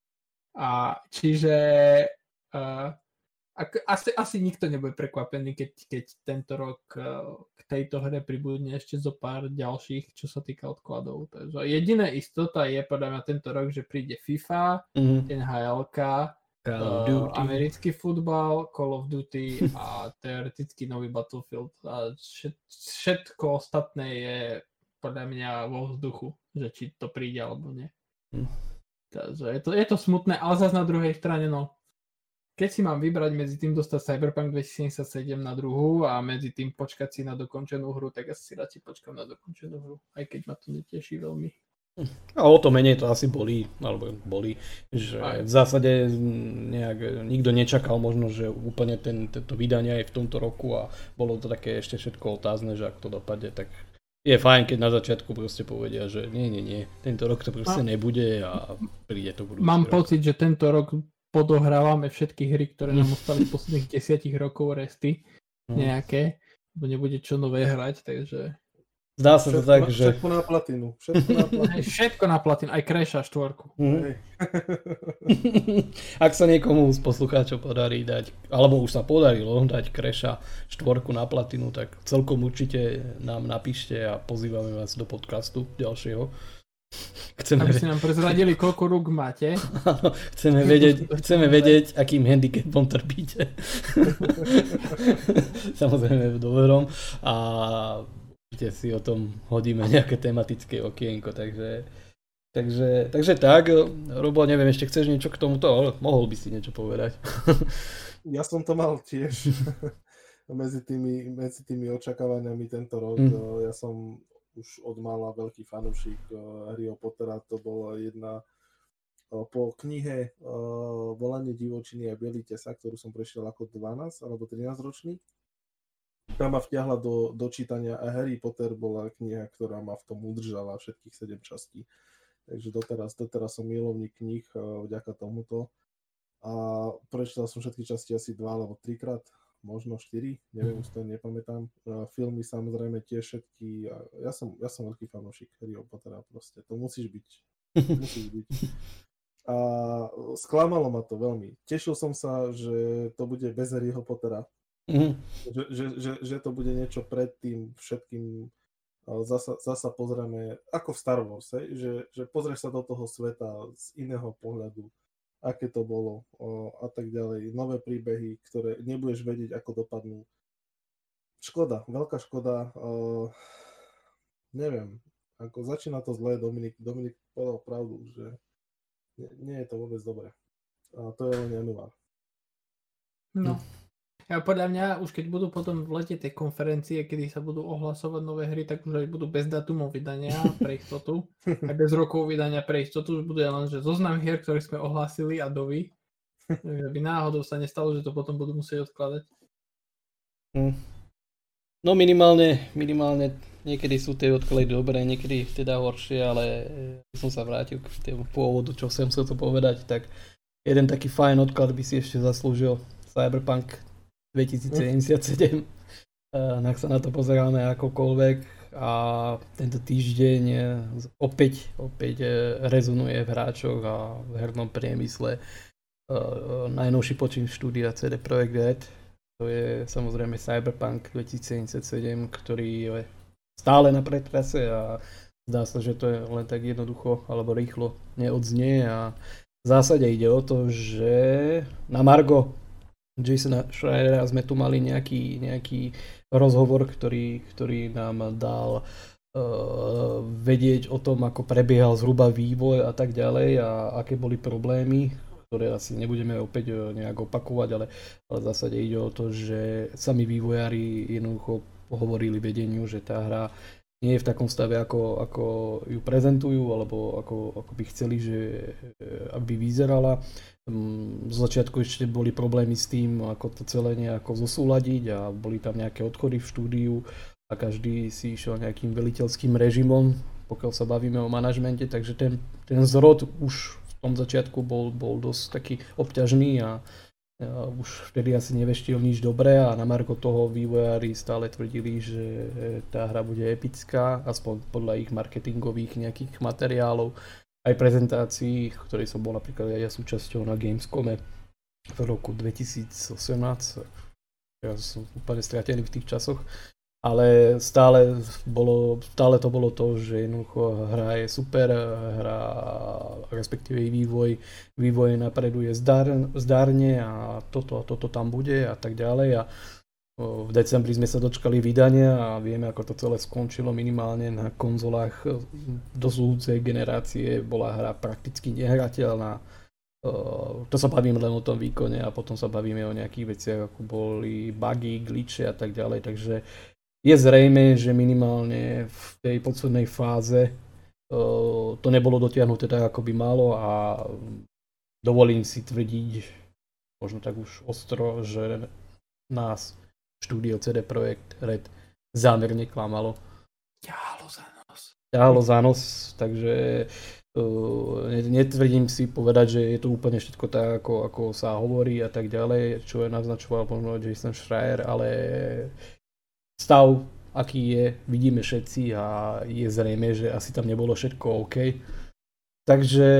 A čiže uh, ak, asi, asi nikto nebude prekvapený, keď, keď tento rok uh, k tejto hre pribudne ešte zo pár ďalších, čo sa týka odkladov. Takže jediná istota je podľa mňa tento rok, že príde FIFA, mm-hmm. en há elka, Uh, americký futbal, Call of Duty a teoreticky nový Battlefield a všetko ostatné je podľa mňa vo vzduchu, že či to príde alebo nie. Hm. Takže je to, je to smutné, ale zase na druhej strane, no, keď si mám vybrať medzi tým dostať Cyberpunk dvetisícsedemdesiatsedem na druhú a medzi tým počkať si na dokončenú hru, tak asi radšej počkám na dokončenú hru, aj keď ma to neteší veľmi. A o to menej to asi bolí, alebo bolí, že v zásade nejak nikto nečakal možno, že úplne ten, tento vydanie je v tomto roku a bolo to také ešte všetko otázne, že ak to dopadne, tak je fajn, keď na začiatku proste povedia, že nie, nie, nie, tento rok to proste a nebude a príde to budúci Mám rok. pocit, že tento rok podohrávame všetky hry, ktoré nám ostali v posledných desiatich rokov resty nejaké, bo nebude čo nové hrať, takže... Zdá sa to tak, že... Všetko na platinu. Všetko na platinu. Všetko na platinu, aj Crasha štvorku. Mm. Ak sa niekomu z poslucháčov podarí dať, alebo už sa podarilo dať Crasha štvorku na platinu, tak celkom určite nám napíšte a pozývame vás do podcastu ďalšieho. Chceme Aby ste nám prezradili, koľko rúk máte. Áno, chceme vedieť, chceme vedieť, akým handicapom trpíte. Samozrejme v dobrom. A určite si o tom hodíme nejaké tematické okienko, takže, takže, takže tak, Robo, neviem, ešte chceš niečo k tomuto, ale mohol by si niečo povedať. Ja som to mal tiež medzi tými, medzi tými očakávaniami tento rok, mm. ja som už od mala veľký fanúšik Harryho Pottera, to bola jedna po knihe Volanie divočiny a Bielý tesák, ktorú som prešiel ako dvanásť alebo trinásť ročný. Tá ma vťahla do, do čítania a Harry Potter bola kniha, ktorá ma v tom udržala všetkých sedem častí. Takže doteraz, doteraz som milovník kníh vďaka tomuto. A prečítal som všetky časti asi dva alebo trikrát, možno štyri, neviem, už to nepamätám. Filmy samozrejme tiež všetky. Ja som, ja som veľký fanúšik Harryho Pottera, proste to musíš byť. Musíš byť. A sklamalo ma to veľmi. Tešil som sa, že to bude bez Harryho Pottera. Mm-hmm. Že, že, že, že to bude niečo pred tým všetkým, zasa, zasa pozrieme, ako v Star Wars, hej? Že, že pozrieš sa do toho sveta z iného pohľadu, aké to bolo o, a tak ďalej, nové príbehy, ktoré nebudeš vedieť, ako dopadnú. Škoda, veľká škoda, o, neviem, ako začína to zlé, Dominik, Dominik povedal pravdu, že nie, nie je to vôbec dobré. A to je len január. No. Ja podľa mňa, už keď budú potom v lete tie konferencie, kedy sa budú ohlasovať nové hry, tak už aj budú bez datumov vydania pre istotu. Aj bez rokov vydania pre istotu. Už bude len, že zoznam hier, ktoré sme ohlásili a dovi. Aby náhodou sa nestalo, že to potom budú musieť odkladať. Hm. No minimálne, minimálne niekedy sú tie odklady dobré, niekedy teda horšie, ale som sa vrátil k tému pôvodu, čo som chcel to povedať, tak jeden taký fajn odklad by si ešte zaslúžil Cyberpunk dvetisícsedemdesiatsedem. Mm. Ak sa na to pozeráme akokoľvek a tento týždeň opäť, opäť rezonuje v hráčoch a v hernom priemysle najnovší počin štúdia cé dé Projekt Red. To je samozrejme Cyberpunk dvetisícsedemdesiatsedem, ktorý je stále na pretrase a zdá sa, že to je len tak jednoducho alebo rýchlo neodznie a v zásade ide o to, že na margo Jasona Schreiera sme tu mali nejaký, nejaký rozhovor, ktorý, ktorý nám dal uh, vedieť o tom, ako prebiehal zhruba vývoj a tak ďalej a aké boli problémy, ktoré asi nebudeme opäť nejak opakovať, ale, ale v zásade ide o to, že sami vývojári jednoducho hovorili vedeniu, že tá hra nie je v takom stave, ako, ako ju prezentujú, alebo ako, ako by chceli, že aby vyzerala. Z začiatku ešte boli problémy s tým, ako to celé nejako zosúladiť a boli tam nejaké odchody v štúdiu a každý si išiel nejakým veliteľským režimom, pokiaľ sa bavíme o manažmente, takže ten, ten zrod už v tom začiatku bol, bol dosť taký obťažný a, a už vtedy asi neveštil nič dobré a na margo toho vývojári stále tvrdili, že tá hra bude epická, aspoň podľa ich marketingových nejakých materiálov, aj prezentácií, ktorej som bol napríklad aj ja súčasťou na Gamescome v roku dvetisícosemnásť. Ja som úplne stratený v tých časoch. Ale stále, bolo, stále to bolo to, že jednoducho hra je super, hra, respektíve vývoj, vývoj napreduje zdar, zdárne a toto a toto tam bude a tak ďalej. A v decembri sme sa dočkali vydania a vieme, ako to celé skončilo minimálne na konzolách dosúcej generácie. Bola hra prakticky nehrateľná. To sa bavíme len o tom výkone a potom sa bavíme o nejakých veciach, ako boli bugy, glitche a tak ďalej. Takže je zrejme, že minimálne v tej poslednej fáze uh, to nebolo dotiahnuté tak, ako by malo a dovolím si tvrdiť, možno tak už ostro, že nás štúdio cé dé Projekt Red zámerne klamalo. Ťahalo za nos. Ťahalo za nos, takže uh, netvrdím si povedať, že je to úplne všetko tak, ako, ako sa hovorí a tak ďalej, čo je naznačoval možno Jason Schreier, ale stav, aký je, vidíme všetci a je zrejme, že asi tam nebolo všetko OK. Takže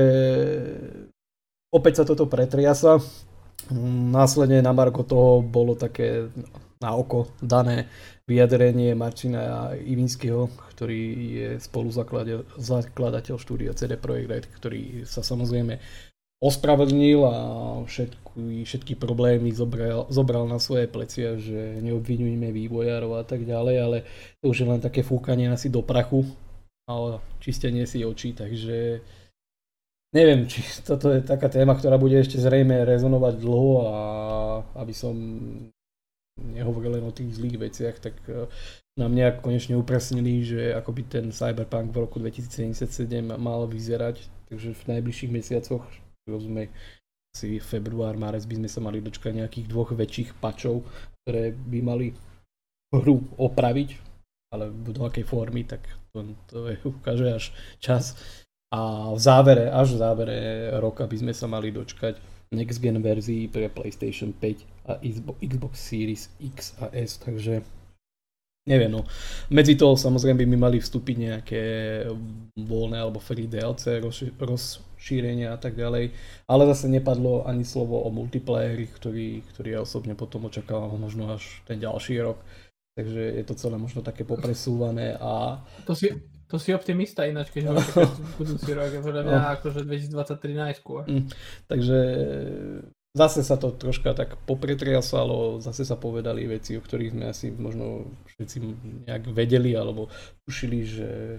opäť sa toto pretriasa. Následne na margo toho bolo také na oko dané vyjadrenie Marcina Ivinského, ktorý je spoluzakladateľ štúdia cé dé Projekt Red, ktorý sa samozrejme ospravedlnil a všetky, všetky problémy zobral, zobral na svoje plecia, že neobviňujeme vývojárov a tak ďalej, ale to už je len také fúkanie asi do prachu a čistenie si očí, takže neviem, či toto je taká téma, ktorá bude ešte zrejme rezonovať dlho a aby som nehovoril len o tých zlých veciach, tak nám nejak konečne upresnili, že ako by ten Cyberpunk v roku dvetisícsedemdesiatsedem mal vyzerať, takže v najbližších mesiacoch, rozumej, asi február, marec by sme sa mali dočkať nejakých dvoch väčších patchov, ktoré by mali hru opraviť, ale do akej formy, tak to, to je, ukáže až čas. A v závere, až v závere roka by sme sa mali dočkať next gen verzií pre PlayStation päť a Xbox Series X a S, takže neviem, no. Medzi toho samozrejme by mi mali vstúpiť nejaké voľné alebo free dé el cé, rozšírenia a tak ďalej, ale zase nepadlo ani slovo o multiplayeri, ktorý, ktorý ja osobne potom očakával možno až ten ďalší rok, takže je to celé možno také popresúvané a... To si, to si optimista ináč, keď ho očakáš budúci rok, je podľa mňa akože dvetisícdvadsaťtri najskôr. Mm, takže... Zase sa to troška tak popretriasalo, zase sa povedali veci, o ktorých sme asi možno všetci nejak vedeli alebo tušili, že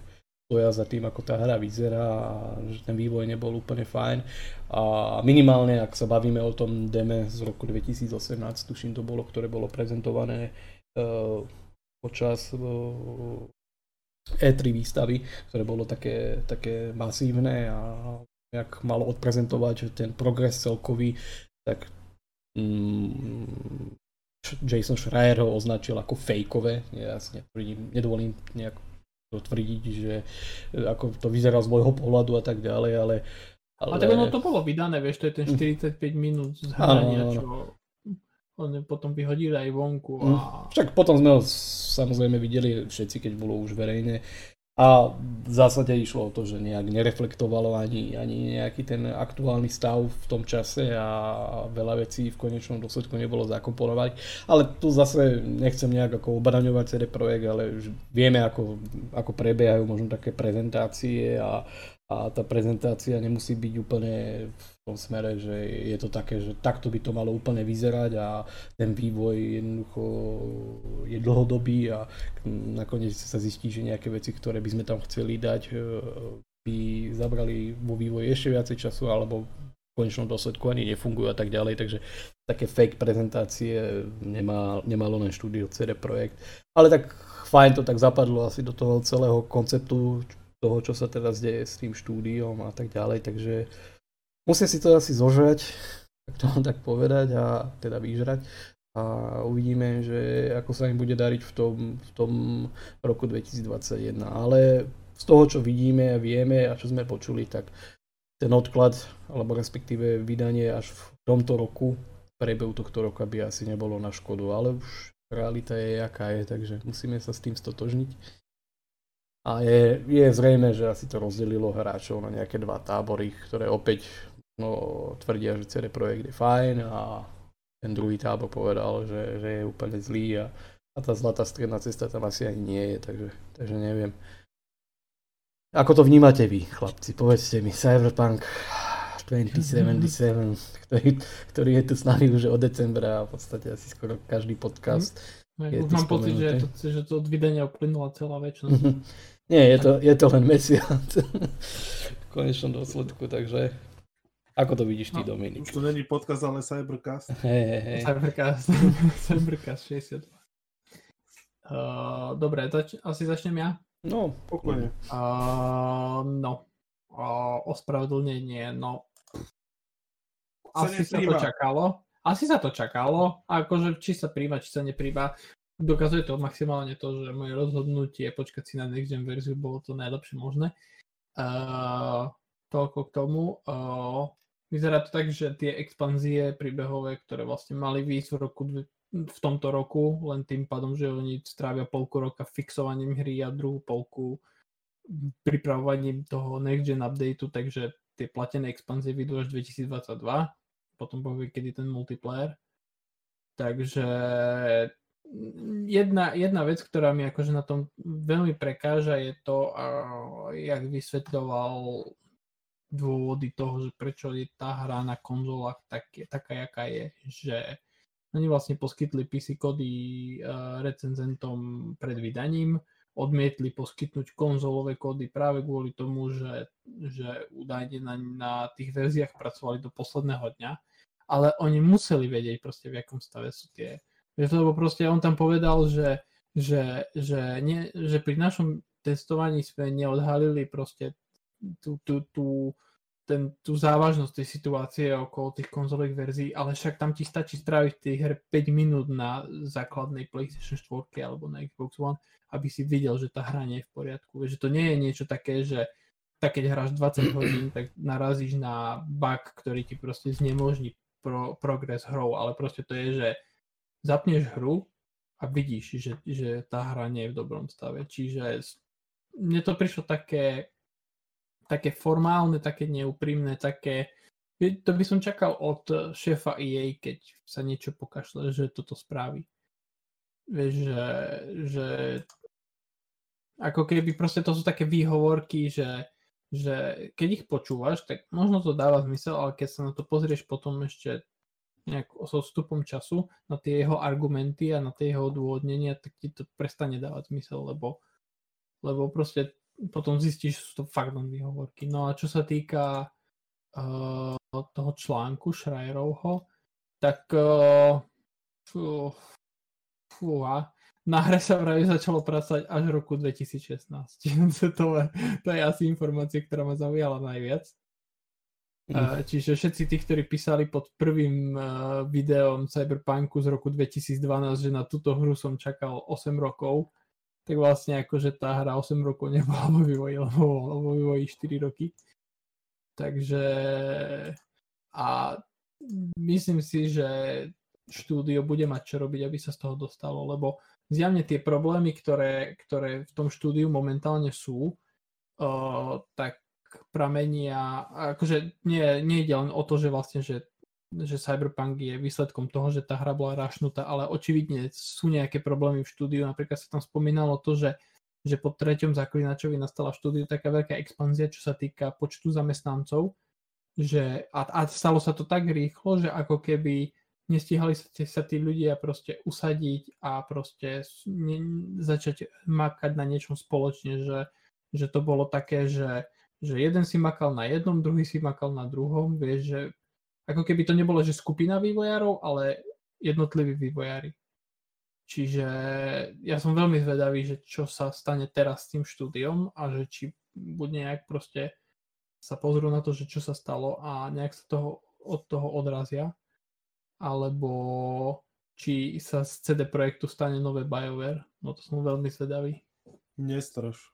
stoja za tým, ako tá hra vyzerá a že ten vývoj nebol úplne fajn. A minimálne, ak sa bavíme o tom deme z roku dvetisícosemnásť, tuším to bolo, ktoré bolo prezentované uh, počas uh, é tri výstavy, ktoré bolo také, také masívne a jak malo odprezentovať ten progres celkový, tak mm, Jason Schreier ho označil ako fejkové. Ja si netvrdím, nedovolím nejak to tvrdiť, že ako to vyzerá z môjho pohľadu a tak ďalej, ale... ale... A tak ono to bolo vydané, vieš, to je ten štyridsaťpäť minút z hrania, čo on potom vyhodili aj vonku. A... Však potom sme ho samozrejme videli všetci, keď bolo už verejné. A v zásade išlo o to, že nejak nereflektovalo ani, ani nejaký ten aktuálny stav v tom čase a veľa vecí v konečnom dôsledku nebolo zakomponovať. Ale tu zase nechcem nejak ako obraňovať cé dé Projekt, ale vieme, ako, ako prebiehajú možno také prezentácie a, a tá prezentácia nemusí byť úplne v tom smere, že je to také, že takto by to malo úplne vyzerať a ten vývoj jednoducho je dlhodobý a nakoniec sa zistí, že nejaké veci, ktoré by sme tam chceli dať, by zabrali vo vývoji ešte viacej času alebo v konečnom dôsledku ani nefungujú a tak ďalej, takže také fake prezentácie nemá, nemalo len štúdio cé dé Projekt. Ale tak fajn to tak zapadlo asi do toho celého konceptu toho, čo sa teraz deje s tým štúdiom a tak ďalej, takže musia si to asi zožrať, tak to mám tak povedať a teda vyžrať a uvidíme, že ako sa im bude dariť v tom, v tom roku dvetisícdvadsaťjeden, ale z toho, čo vidíme a vieme a čo sme počuli, tak ten odklad, alebo respektíve vydanie až v tomto roku, v priebehu tohto roka by asi nebolo na škodu, ale už realita je jaká je, takže musíme sa s tým stotožniť. A je, je zrejme, že asi to rozdelilo hráčov na nejaké dva tábory, ktoré opäť no, tvrdia, že cé dé Projekt je fajn a ten druhý tábor povedal, že, že je úplne zlý a, a tá zlatá stredná cesta tam asi ani nie je, takže, takže neviem. Ako to vnímate vy, chlapci? Povedzte mi, Cyberpunk dvetisícsedemdesiatsedem, ktorý, ktorý je tu s nami už od decembra a v podstate asi skoro každý podcast. Mm. Už mám pocit, že, to, že to od vydania uplynula celá väčšnosť. Nie, je to, je to len mesiac v konečnom dôsledku, takže ako to vidíš ty, no, Dominik? Už to není podcast, ale Cybercast. Hej, hej, hej. Cybercast, Cybercast šesťdesiatdva. Uh, dobre, zač- asi začnem ja? No, pokojne. Uh, no, uh, ospravedlnenie, no. Asi sa, sa to čakalo. Asi sa to čakalo, akože či sa príjma, či sa nepríjma. Dokazuje to maximálne to, že moje rozhodnutie počkať si na next gen verziu bolo to najlepšie možné. Uh, toľko k tomu. Uh, vyzerá to tak, že tie expanzie príbehové, ktoré vlastne mali výjsť v, roku, v tomto roku, len tým pádom, že oni strávia polku roka fixovaním hry a druhú polku pripravovaním toho next gen updateu, takže tie platené expanzie vyjdú až dvetisícdvadsaťdva. Potom povie, kedy ten multiplayer. Takže jedna, jedna vec, ktorá mi akože na tom veľmi prekáža, je to, uh, jak vysvetľoval dôvody toho, že prečo je tá hra na konzolách tak, taká, jaká je, že oni vlastne poskytli pé cé kódy uh, recenzentom pred vydaním, odmietli poskytnúť konzolové kódy práve kvôli tomu, že, že údajne na, na tých verziách pracovali do posledného dňa. Ale oni museli vedieť proste, v akom stave sú tie. Lebo proste on tam povedal, že, že, že, nie, že pri našom testovaní sme neodhalili proste tú, tú, tú, ten, tú závažnosť tej situácie okolo tých konzolových verzií, ale však tam ti stačí stráviť v tej hre päť minút na základnej PlayStation štyri alebo na Xbox One, aby si videl, že tá hra nie je v poriadku. Že to nie je niečo také, že tak keď hráš dvadsať hodín, tak narazíš na bug, ktorý ti proste znemožní Pro, progres hrou, ale proste to je, že zapneš hru a vidíš, že, že tá hra nie je v dobrom stave. Čiže mne to prišlo také také formálne, také neúprimné, také to by som čakal od šéfa é á, keď sa niečo pokašle, že toto spraví. Vieš, že, že ako keby proste to sú také výhovorky, že že keď ich počúvaš, tak možno to dáva zmysel, ale keď sa na to pozrieš potom ešte nejak so vstupom času na tie jeho argumenty a na tie jeho odôvodnenia, tak ti to prestane dávať zmysel, lebo, lebo proste potom zistíš, že sú to fakt len výhovorky. No a čo sa týka uh, toho článku Schreierovho, tak uh, fú, fúha, na hre sa vraj začalo pracovať až v roku dvetisícšestnásť. to, je, to je asi informácia, ktorá ma zaujala najviac. Mm. Čiže všetci tí, ktorí písali pod prvým uh, videom Cyberpunku z roku dvetisícdvanásť, že na túto hru som čakal osem rokov, tak vlastne akože tá hra osem rokov nebola vo vývoji, lebo vo vývoji štyri roky. Takže a myslím si, že štúdio bude mať čo robiť, aby sa z toho dostalo, lebo zjavne tie problémy, ktoré, ktoré v tom štúdiu momentálne sú, uh, tak pramenia, akože nie, nie ide len o to, že vlastne, že, že Cyberpunk je výsledkom toho, že tá hra bola rašnutá, ale očividne sú nejaké problémy v štúdiu, napríklad sa tam spomínalo to, že, že po treťom Zaklinačovi nastala v štúdiu taká veľká expanzia, čo sa týka počtu zamestnancov, že, a, a stalo sa to tak rýchlo, že ako keby nestíhali sa, sa tí ľudia proste usadiť a proste ne, začať makať na niečom spoločne, že, že to bolo také, že že jeden si makal na jednom, druhý si makal na druhom, vieš, že ako keby to nebolo, že skupina vývojárov, ale jednotliví vývojári. Čiže ja som veľmi zvedavý, že čo sa stane teraz s tým štúdiom a že či bude nejak proste sa pozrú na to, že čo sa stalo a nejak sa toho, od toho odrazia, alebo či sa z cé dé Projektu stane nové BioWare. No to som veľmi zvedavý. Nestraš.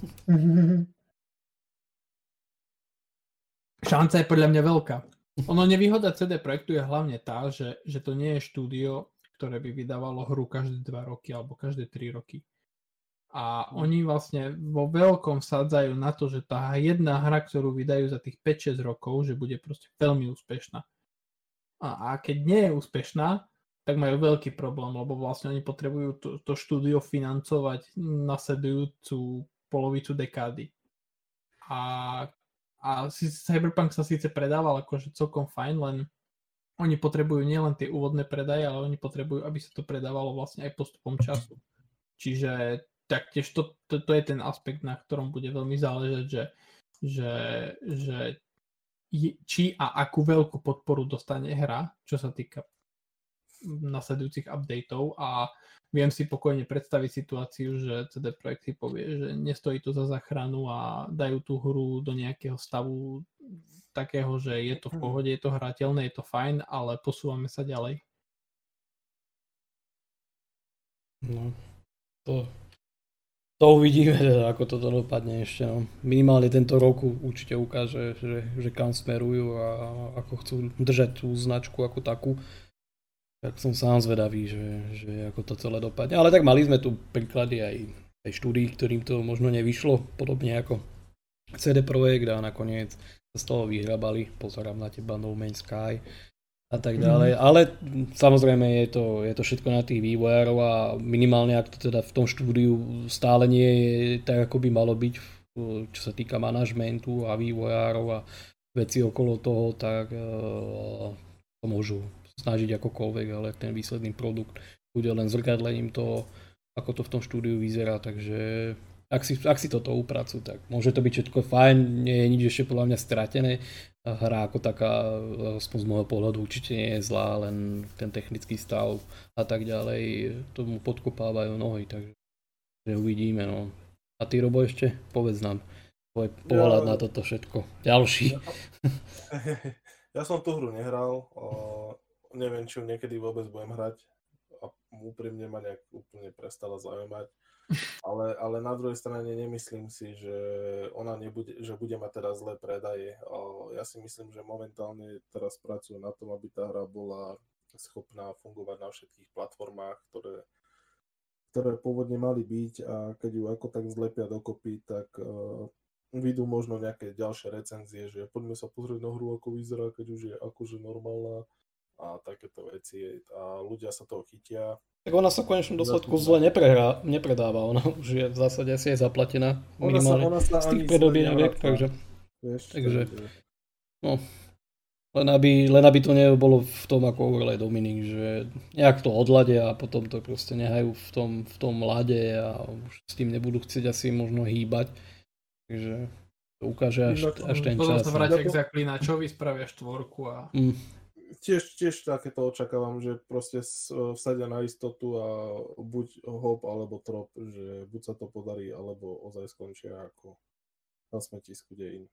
Šanca je podľa mňa veľká. Ono nevýhoda cé dé Projektu je hlavne tá, že, že to nie je štúdio, ktoré by vydávalo hru každé dva roky alebo každé tri roky. A oni vlastne vo veľkom sadzajú na to, že tá jedna hra, ktorú vydajú za tých päť šesť rokov, že bude proste veľmi úspešná. A, a keď nie je úspešná, tak majú veľký problém, lebo vlastne oni potrebujú to, to štúdio financovať nasledujúcu polovicu dekády. A A Cyberpunk sa síce predával akože celkom fajn, len oni potrebujú nielen tie úvodné predaje, ale oni potrebujú, aby sa to predávalo vlastne aj postupom času. Čiže taktiež to, to, to je ten aspekt, na ktorom bude veľmi záležať, že, že, že či a akú veľkú podporu dostane hra, čo sa týka nasledujúcich updateov, a viem si pokojne predstaviť situáciu, že cé dé Projekt si povie, že nestojí to za záchranu a dajú tú hru do nejakého stavu takého, že je to v pohode, je to hrateľné, je to fajn, ale posúvame sa ďalej. No, to, to uvidíme, ako toto dopadne ešte. No. Minimálne tento rok určite ukáže, že, že kam smerujú a ako chcú držať tú značku ako takú. Tak som sám zvedavý, že, že ako to celé dopadne. Ale tak mali sme tu príklady aj, aj štúdií, ktorým to možno nevyšlo, podobne ako cé dé Projekt, a nakoniec sa z toho vyhrabali. Pozerám na teba, No Man's Sky a tak ďalej. Mm. Ale samozrejme je to, je to všetko na tých vývojárov a minimálne ak to teda v tom štúdiu stále nie je tak, ako by malo byť, čo sa týka manažmentu a vývojárov a veci okolo toho, tak uh, to môžu snažiť akokoľvek, ale ten výsledný produkt bude len zrkadlením toho, ako to v tom štúdiu vyzerá, takže ak si, ak si toto upracujú, tak môže to byť všetko fajn, nie je nič ešte podľa mňa stratené. Hra ako taká, aspoň z môjho pohľadu, určite nie je zlá, len ten technický stav a tak ďalej tomu podkopávajú nohy, takže uvidíme. No. A ty, Robo, ešte povedz nám tvoj pohľad ja, na toto všetko. Ďalší. Ja, ja som tú hru nehral, o, neviem, či ju niekedy vôbec budem hrať a úprimne ma nejak úplne prestala zaujímať. Ale, ale na druhej strane nemyslím si, že ona nebude, že bude mať teraz zlé predaje. Ja si myslím, že momentálne teraz pracujú na tom, aby tá hra bola schopná fungovať na všetkých platformách, ktoré, ktoré pôvodne mali byť, a keď ju ako tak zlepia dokopy, tak uh, vidú možno nejaké ďalšie recenzie, že poďme sa pozrieť na hru, ako vyzerá, keď už je akože normálna a takéto veci, a ľudia sa toho chytia. Tak ona sa v konečnom dôsledku zle neprehrá, nepredáva, ona už je v zásade asi aj zaplatená minimálne ona sa, ona sa z tých predobienoviek, takže, vieš, takže no, len aby, len aby to nebolo v tom, ako hovoril aj Dominik, že nejak to odladia a potom to proste nehajú v tom, v tom lade a už s tým nebudú chcieť asi možno hýbať, Takže to ukáže až, až ten Potom čas. sa vrátia k Zaklinačovi, spravia štvorku a... Mm. Tiež, tiež takéto očakávam, že proste vsadia na istotu a buď hop alebo trop, že buď sa to podarí, alebo ozaj skončia ako na smetisku dejín.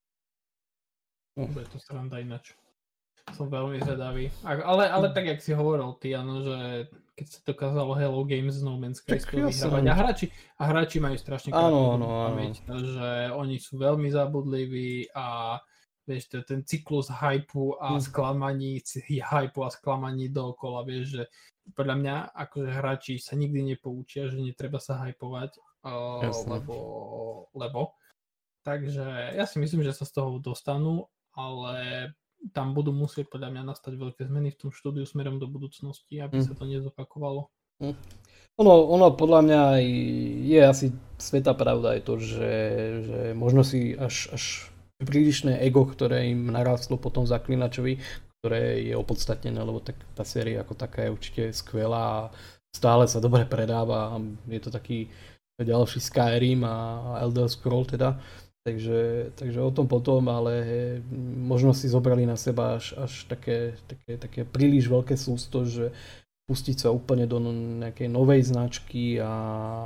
No. Bude to sranda ináč. Som veľmi zvedavý. Ale, ale tak, jak si hovoril ty, ano, že keď sa dokázalo Hello Games z No Man's Sky vyhrávať. A hráči, a hráči majú strašne krátku pamäť, že oni sú veľmi zabudliví a vieš, to je ten cyklus hypu a sklamaní, hypu a sklamaní dookola, vieš, že podľa mňa akože hráči sa nikdy nepoučia, že netreba sa hypovať, uh, lebo, lebo. Takže ja si myslím, že sa z toho dostanú, ale tam budú musieť podľa mňa nastať veľké zmeny v tom štúdiu smerom do budúcnosti, aby mm. sa to nezopakovalo. Mm. Ono, ono podľa mňa je asi svätá pravda aj to, že, že možno si až, až prílišné ego, ktoré im narástlo potom Zaklinačovi, ktoré je opodstatnené, lebo tak tá séria ako taká je určite skvelá a stále sa dobre predáva. Je to taký ďalší Skyrim a Elder Scroll teda. Takže, takže o tom potom, ale možno si zobrali na seba až, až také, také, také príliš veľké sústo, že pustiť sa úplne do nejakej novej značky a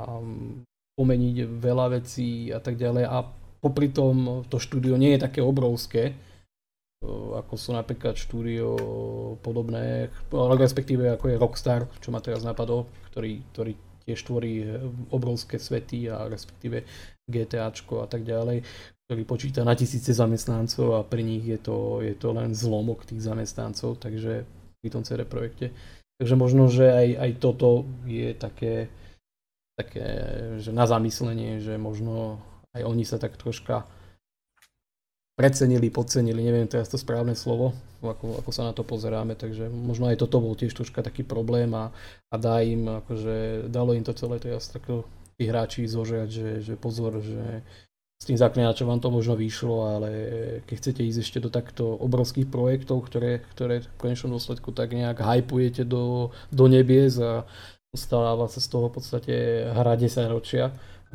pomeniť veľa vecí a tak ďalej. A popri tom to štúdio nie je také obrovské, ako sú napríklad štúdio podobné, respektíve ako je Rockstar, čo ma teraz napadlo, ktorý, ktorý tiež tvorí obrovské svety a respektíve GTAčko a tak ďalej, ktorý počíta na tisíce zamestnancov a pri nich je to, je to len zlomok tých zamestnancov, takže pri tom cé dé Projekte. Takže možno, že aj, aj toto je také, také, že na zamyslenie, že možno aj oni sa tak troška precenili, podcenili, neviem teraz to správne slovo, ako, ako sa na to pozeráme, takže možno aj toto bol tiež troška taký problém a, a dá im, akože dalo im to celé teraz takto tí hráči zožrať, že, že pozor, že s tým Zaklinačom vám to možno vyšlo, ale keď chcete ísť ešte do takto obrovských projektov, ktoré, ktoré v konečnom dôsledku tak nejak hypujete do, do nebies a stáva sa z toho v podstate hra desaťročia,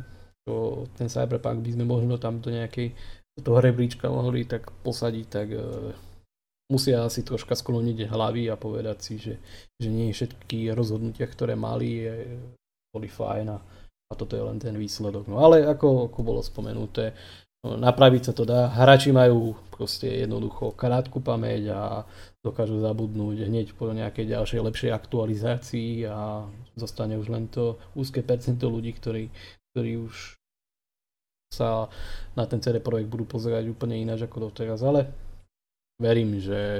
čo ten Cyberpunk by sme možno tam do nejakej do toho rebríčka mohli tak posadiť, tak uh, musia asi troška skloniť hlavy a povedať si, že, že nie všetky rozhodnutia, ktoré mali, boli fajn a, a toto je len ten výsledok. No ale ako, ako bolo spomenuté, no, napraviť sa to dá. Hráči majú proste jednoducho krátku pamäť a dokážu zabudnúť hneď po nejakej ďalšej lepšej aktualizácii a zostane už len to úzke percento ľudí, ktorí, ktorí už sa na ten cé dé Projekt budú pozerať úplne ináč ako doteraz, ale verím, že,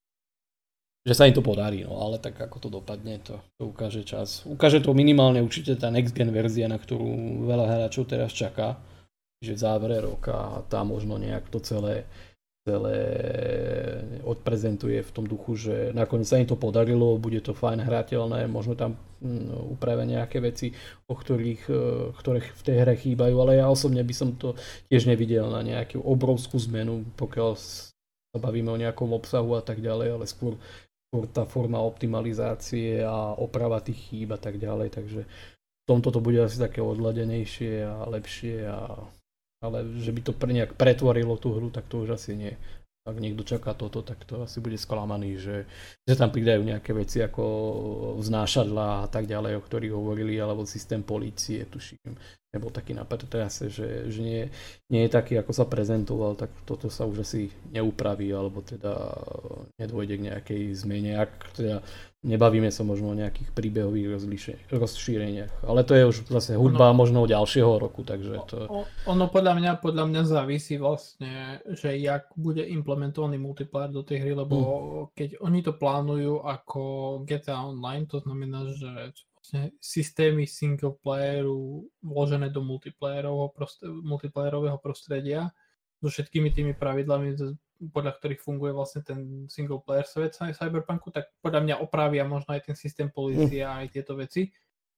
že sa im to podarí, no ale tak ako to dopadne, to, to ukáže čas. Ukáže to minimálne určite tá next gen verzia, na ktorú veľa hráčov teraz čaká, že v závere roka a tá možno nejak to celé, celé odprezentuje v tom duchu, že nakoniec sa im to podarilo, bude to fajn hrateľné, možno tam upravia nejaké veci, o ktorých, ktoré v tej hre chýbajú, ale ja osobne by som to tiež nevidel na nejakú obrovskú zmenu, pokiaľ sa bavíme o nejakom obsahu a tak ďalej, ale skôr, skôr tá forma optimalizácie a oprava tých chýb a tak ďalej, takže v tomto to bude asi také odladenejšie a lepšie, a, ale že by to pre nejak pretvorilo tú hru, tak to už asi nie. Ak niekto čaká toto, tak to asi bude sklamaný, že, že tam pridajú nejaké veci ako vznášadlá a tak ďalej, o ktorých hovorili, alebo systém polície, tuším, nebol taký na pretrase, že, že nie, nie je taký, ako sa prezentoval, tak toto sa už asi neupraví, alebo teda nedôjde k nejakej zmene, ak teda nebavíme sa možno o nejakých príbehových rozšíreniach, ale to je už zase hudba ono, možno ďalšieho roku, takže to... Ono podľa mňa, podľa mňa závisí vlastne, že jak bude implementovaný multiplayer do tej hry, lebo hmm. keď oni to plánujú ako gé té á Online, to znamená, že vlastne systémy single playeru vložené do multiplayerového, prostred, multiplayerového prostredia so všetkými tými pravidlami, podľa ktorých funguje vlastne ten single player svet Cyberpunku, tak podľa mňa opravia možno aj ten systém polície a aj tieto veci.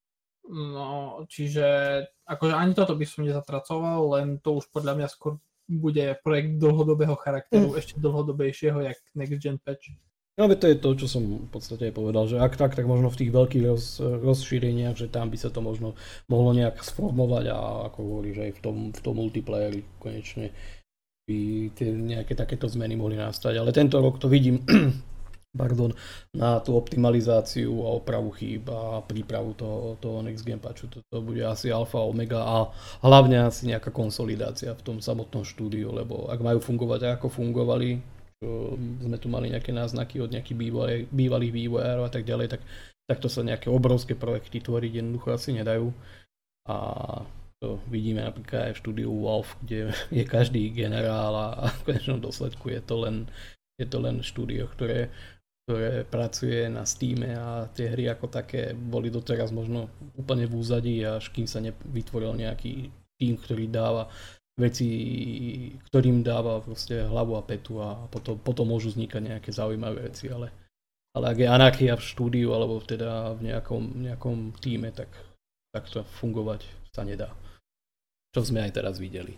No, čiže akože ani toto by som nezatracoval, len to už podľa mňa skôr bude projekt dlhodobého charakteru, mm. ešte dlhodobejšieho, jak Next Gen Patch. No to je to, čo som v podstate aj povedal, že ak tak, tak možno v tých veľkých roz, rozšíreniach, že tam by sa to možno mohlo nejak sformovať a ako hovoríš aj v tom, v tom multiplayeri konečne by tie nejaké takéto zmeny mohli nastať. Ale tento rok to vidím pardon, na tú optimalizáciu a opravu chýb a prípravu toho, toho Next Gen patchu. To bude asi alfa, omega a hlavne asi nejaká konsolidácia v tom samotnom štúdiu, lebo ak majú fungovať ako fungovali, čo sme tu mali nejaké náznaky od nejakých bývalých, bývalých vývojárov a tak ďalej, tak takto sa nejaké obrovské projekty tvoriť jednoducho asi nedajú. A to vidíme napríklad aj v štúdiu Valve, kde je každý generál a v konečnom dôsledku je to len, je to len štúdio, ktoré ktoré pracuje na Steame a tie hry ako také boli doteraz možno úplne v úzadí, až kým sa nevytvoril nejaký tým, ktorý dáva veci, ktorým dáva proste hlavu a petu a potom, potom môžu vznikať nejaké zaujímavé veci, ale, ale ak je anarchia v štúdiu alebo teda v nejakom, nejakom týme, tak, tak to fungovať sa nedá. Čo sme aj teraz videli.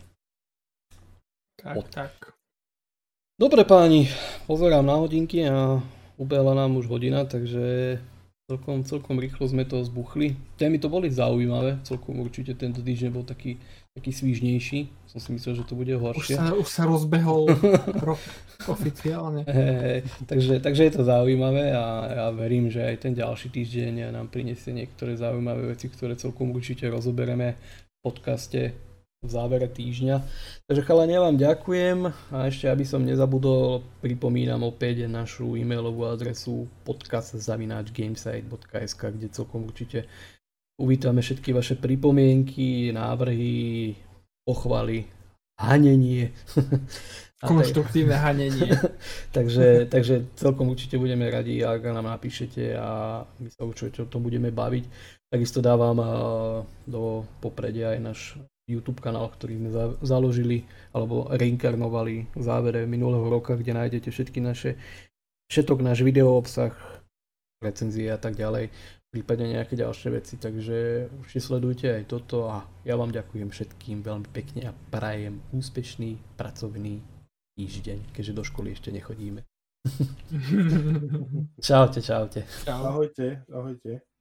Tak, Od... tak. Dobre páni, pozerám na hodinky a ubehla nám už hodina, takže celkom, celkom rýchlo sme to zbuchli. Témy to boli zaujímavé, celkom určite tento týždeň bol taký, taký svížnejší. Som si myslel, že to bude horšie. Už sa, už sa rozbehol rok oficiálne. Hey, takže, takže je to zaujímavé a ja verím, že aj ten ďalší týždeň nám prinesie niektoré zaujímavé veci, ktoré celkom určite rozoberieme v podcaste v závere týždňa. Takže chalani, ja vám ďakujem a ešte aby som nezabudol, pripomínam opäť našu e-mailovú adresu podcast zavináč gamesite bodka es ká, kde celkom určite uvítame všetky vaše pripomienky, návrhy, pochvaly, hanenie. Konštruktívne hanenie. takže, takže celkom určite budeme radi, ak nám napíšete a my sa určite o tom budeme baviť. Takisto dávam do popredia aj náš YouTube kanál, ktorý sme za- založili alebo reinkarnovali v závere minulého roka, kde nájdete všetky naše, všetok náš video obsah, recenzie a tak ďalej, prípadne nejaké ďalšie veci, takže určite sledujte aj toto a ja vám ďakujem všetkým veľmi pekne a prajem úspešný pracovný týždeň, keďže do školy ešte nechodíme. Čaute, čaute. Ahojte, ahojte.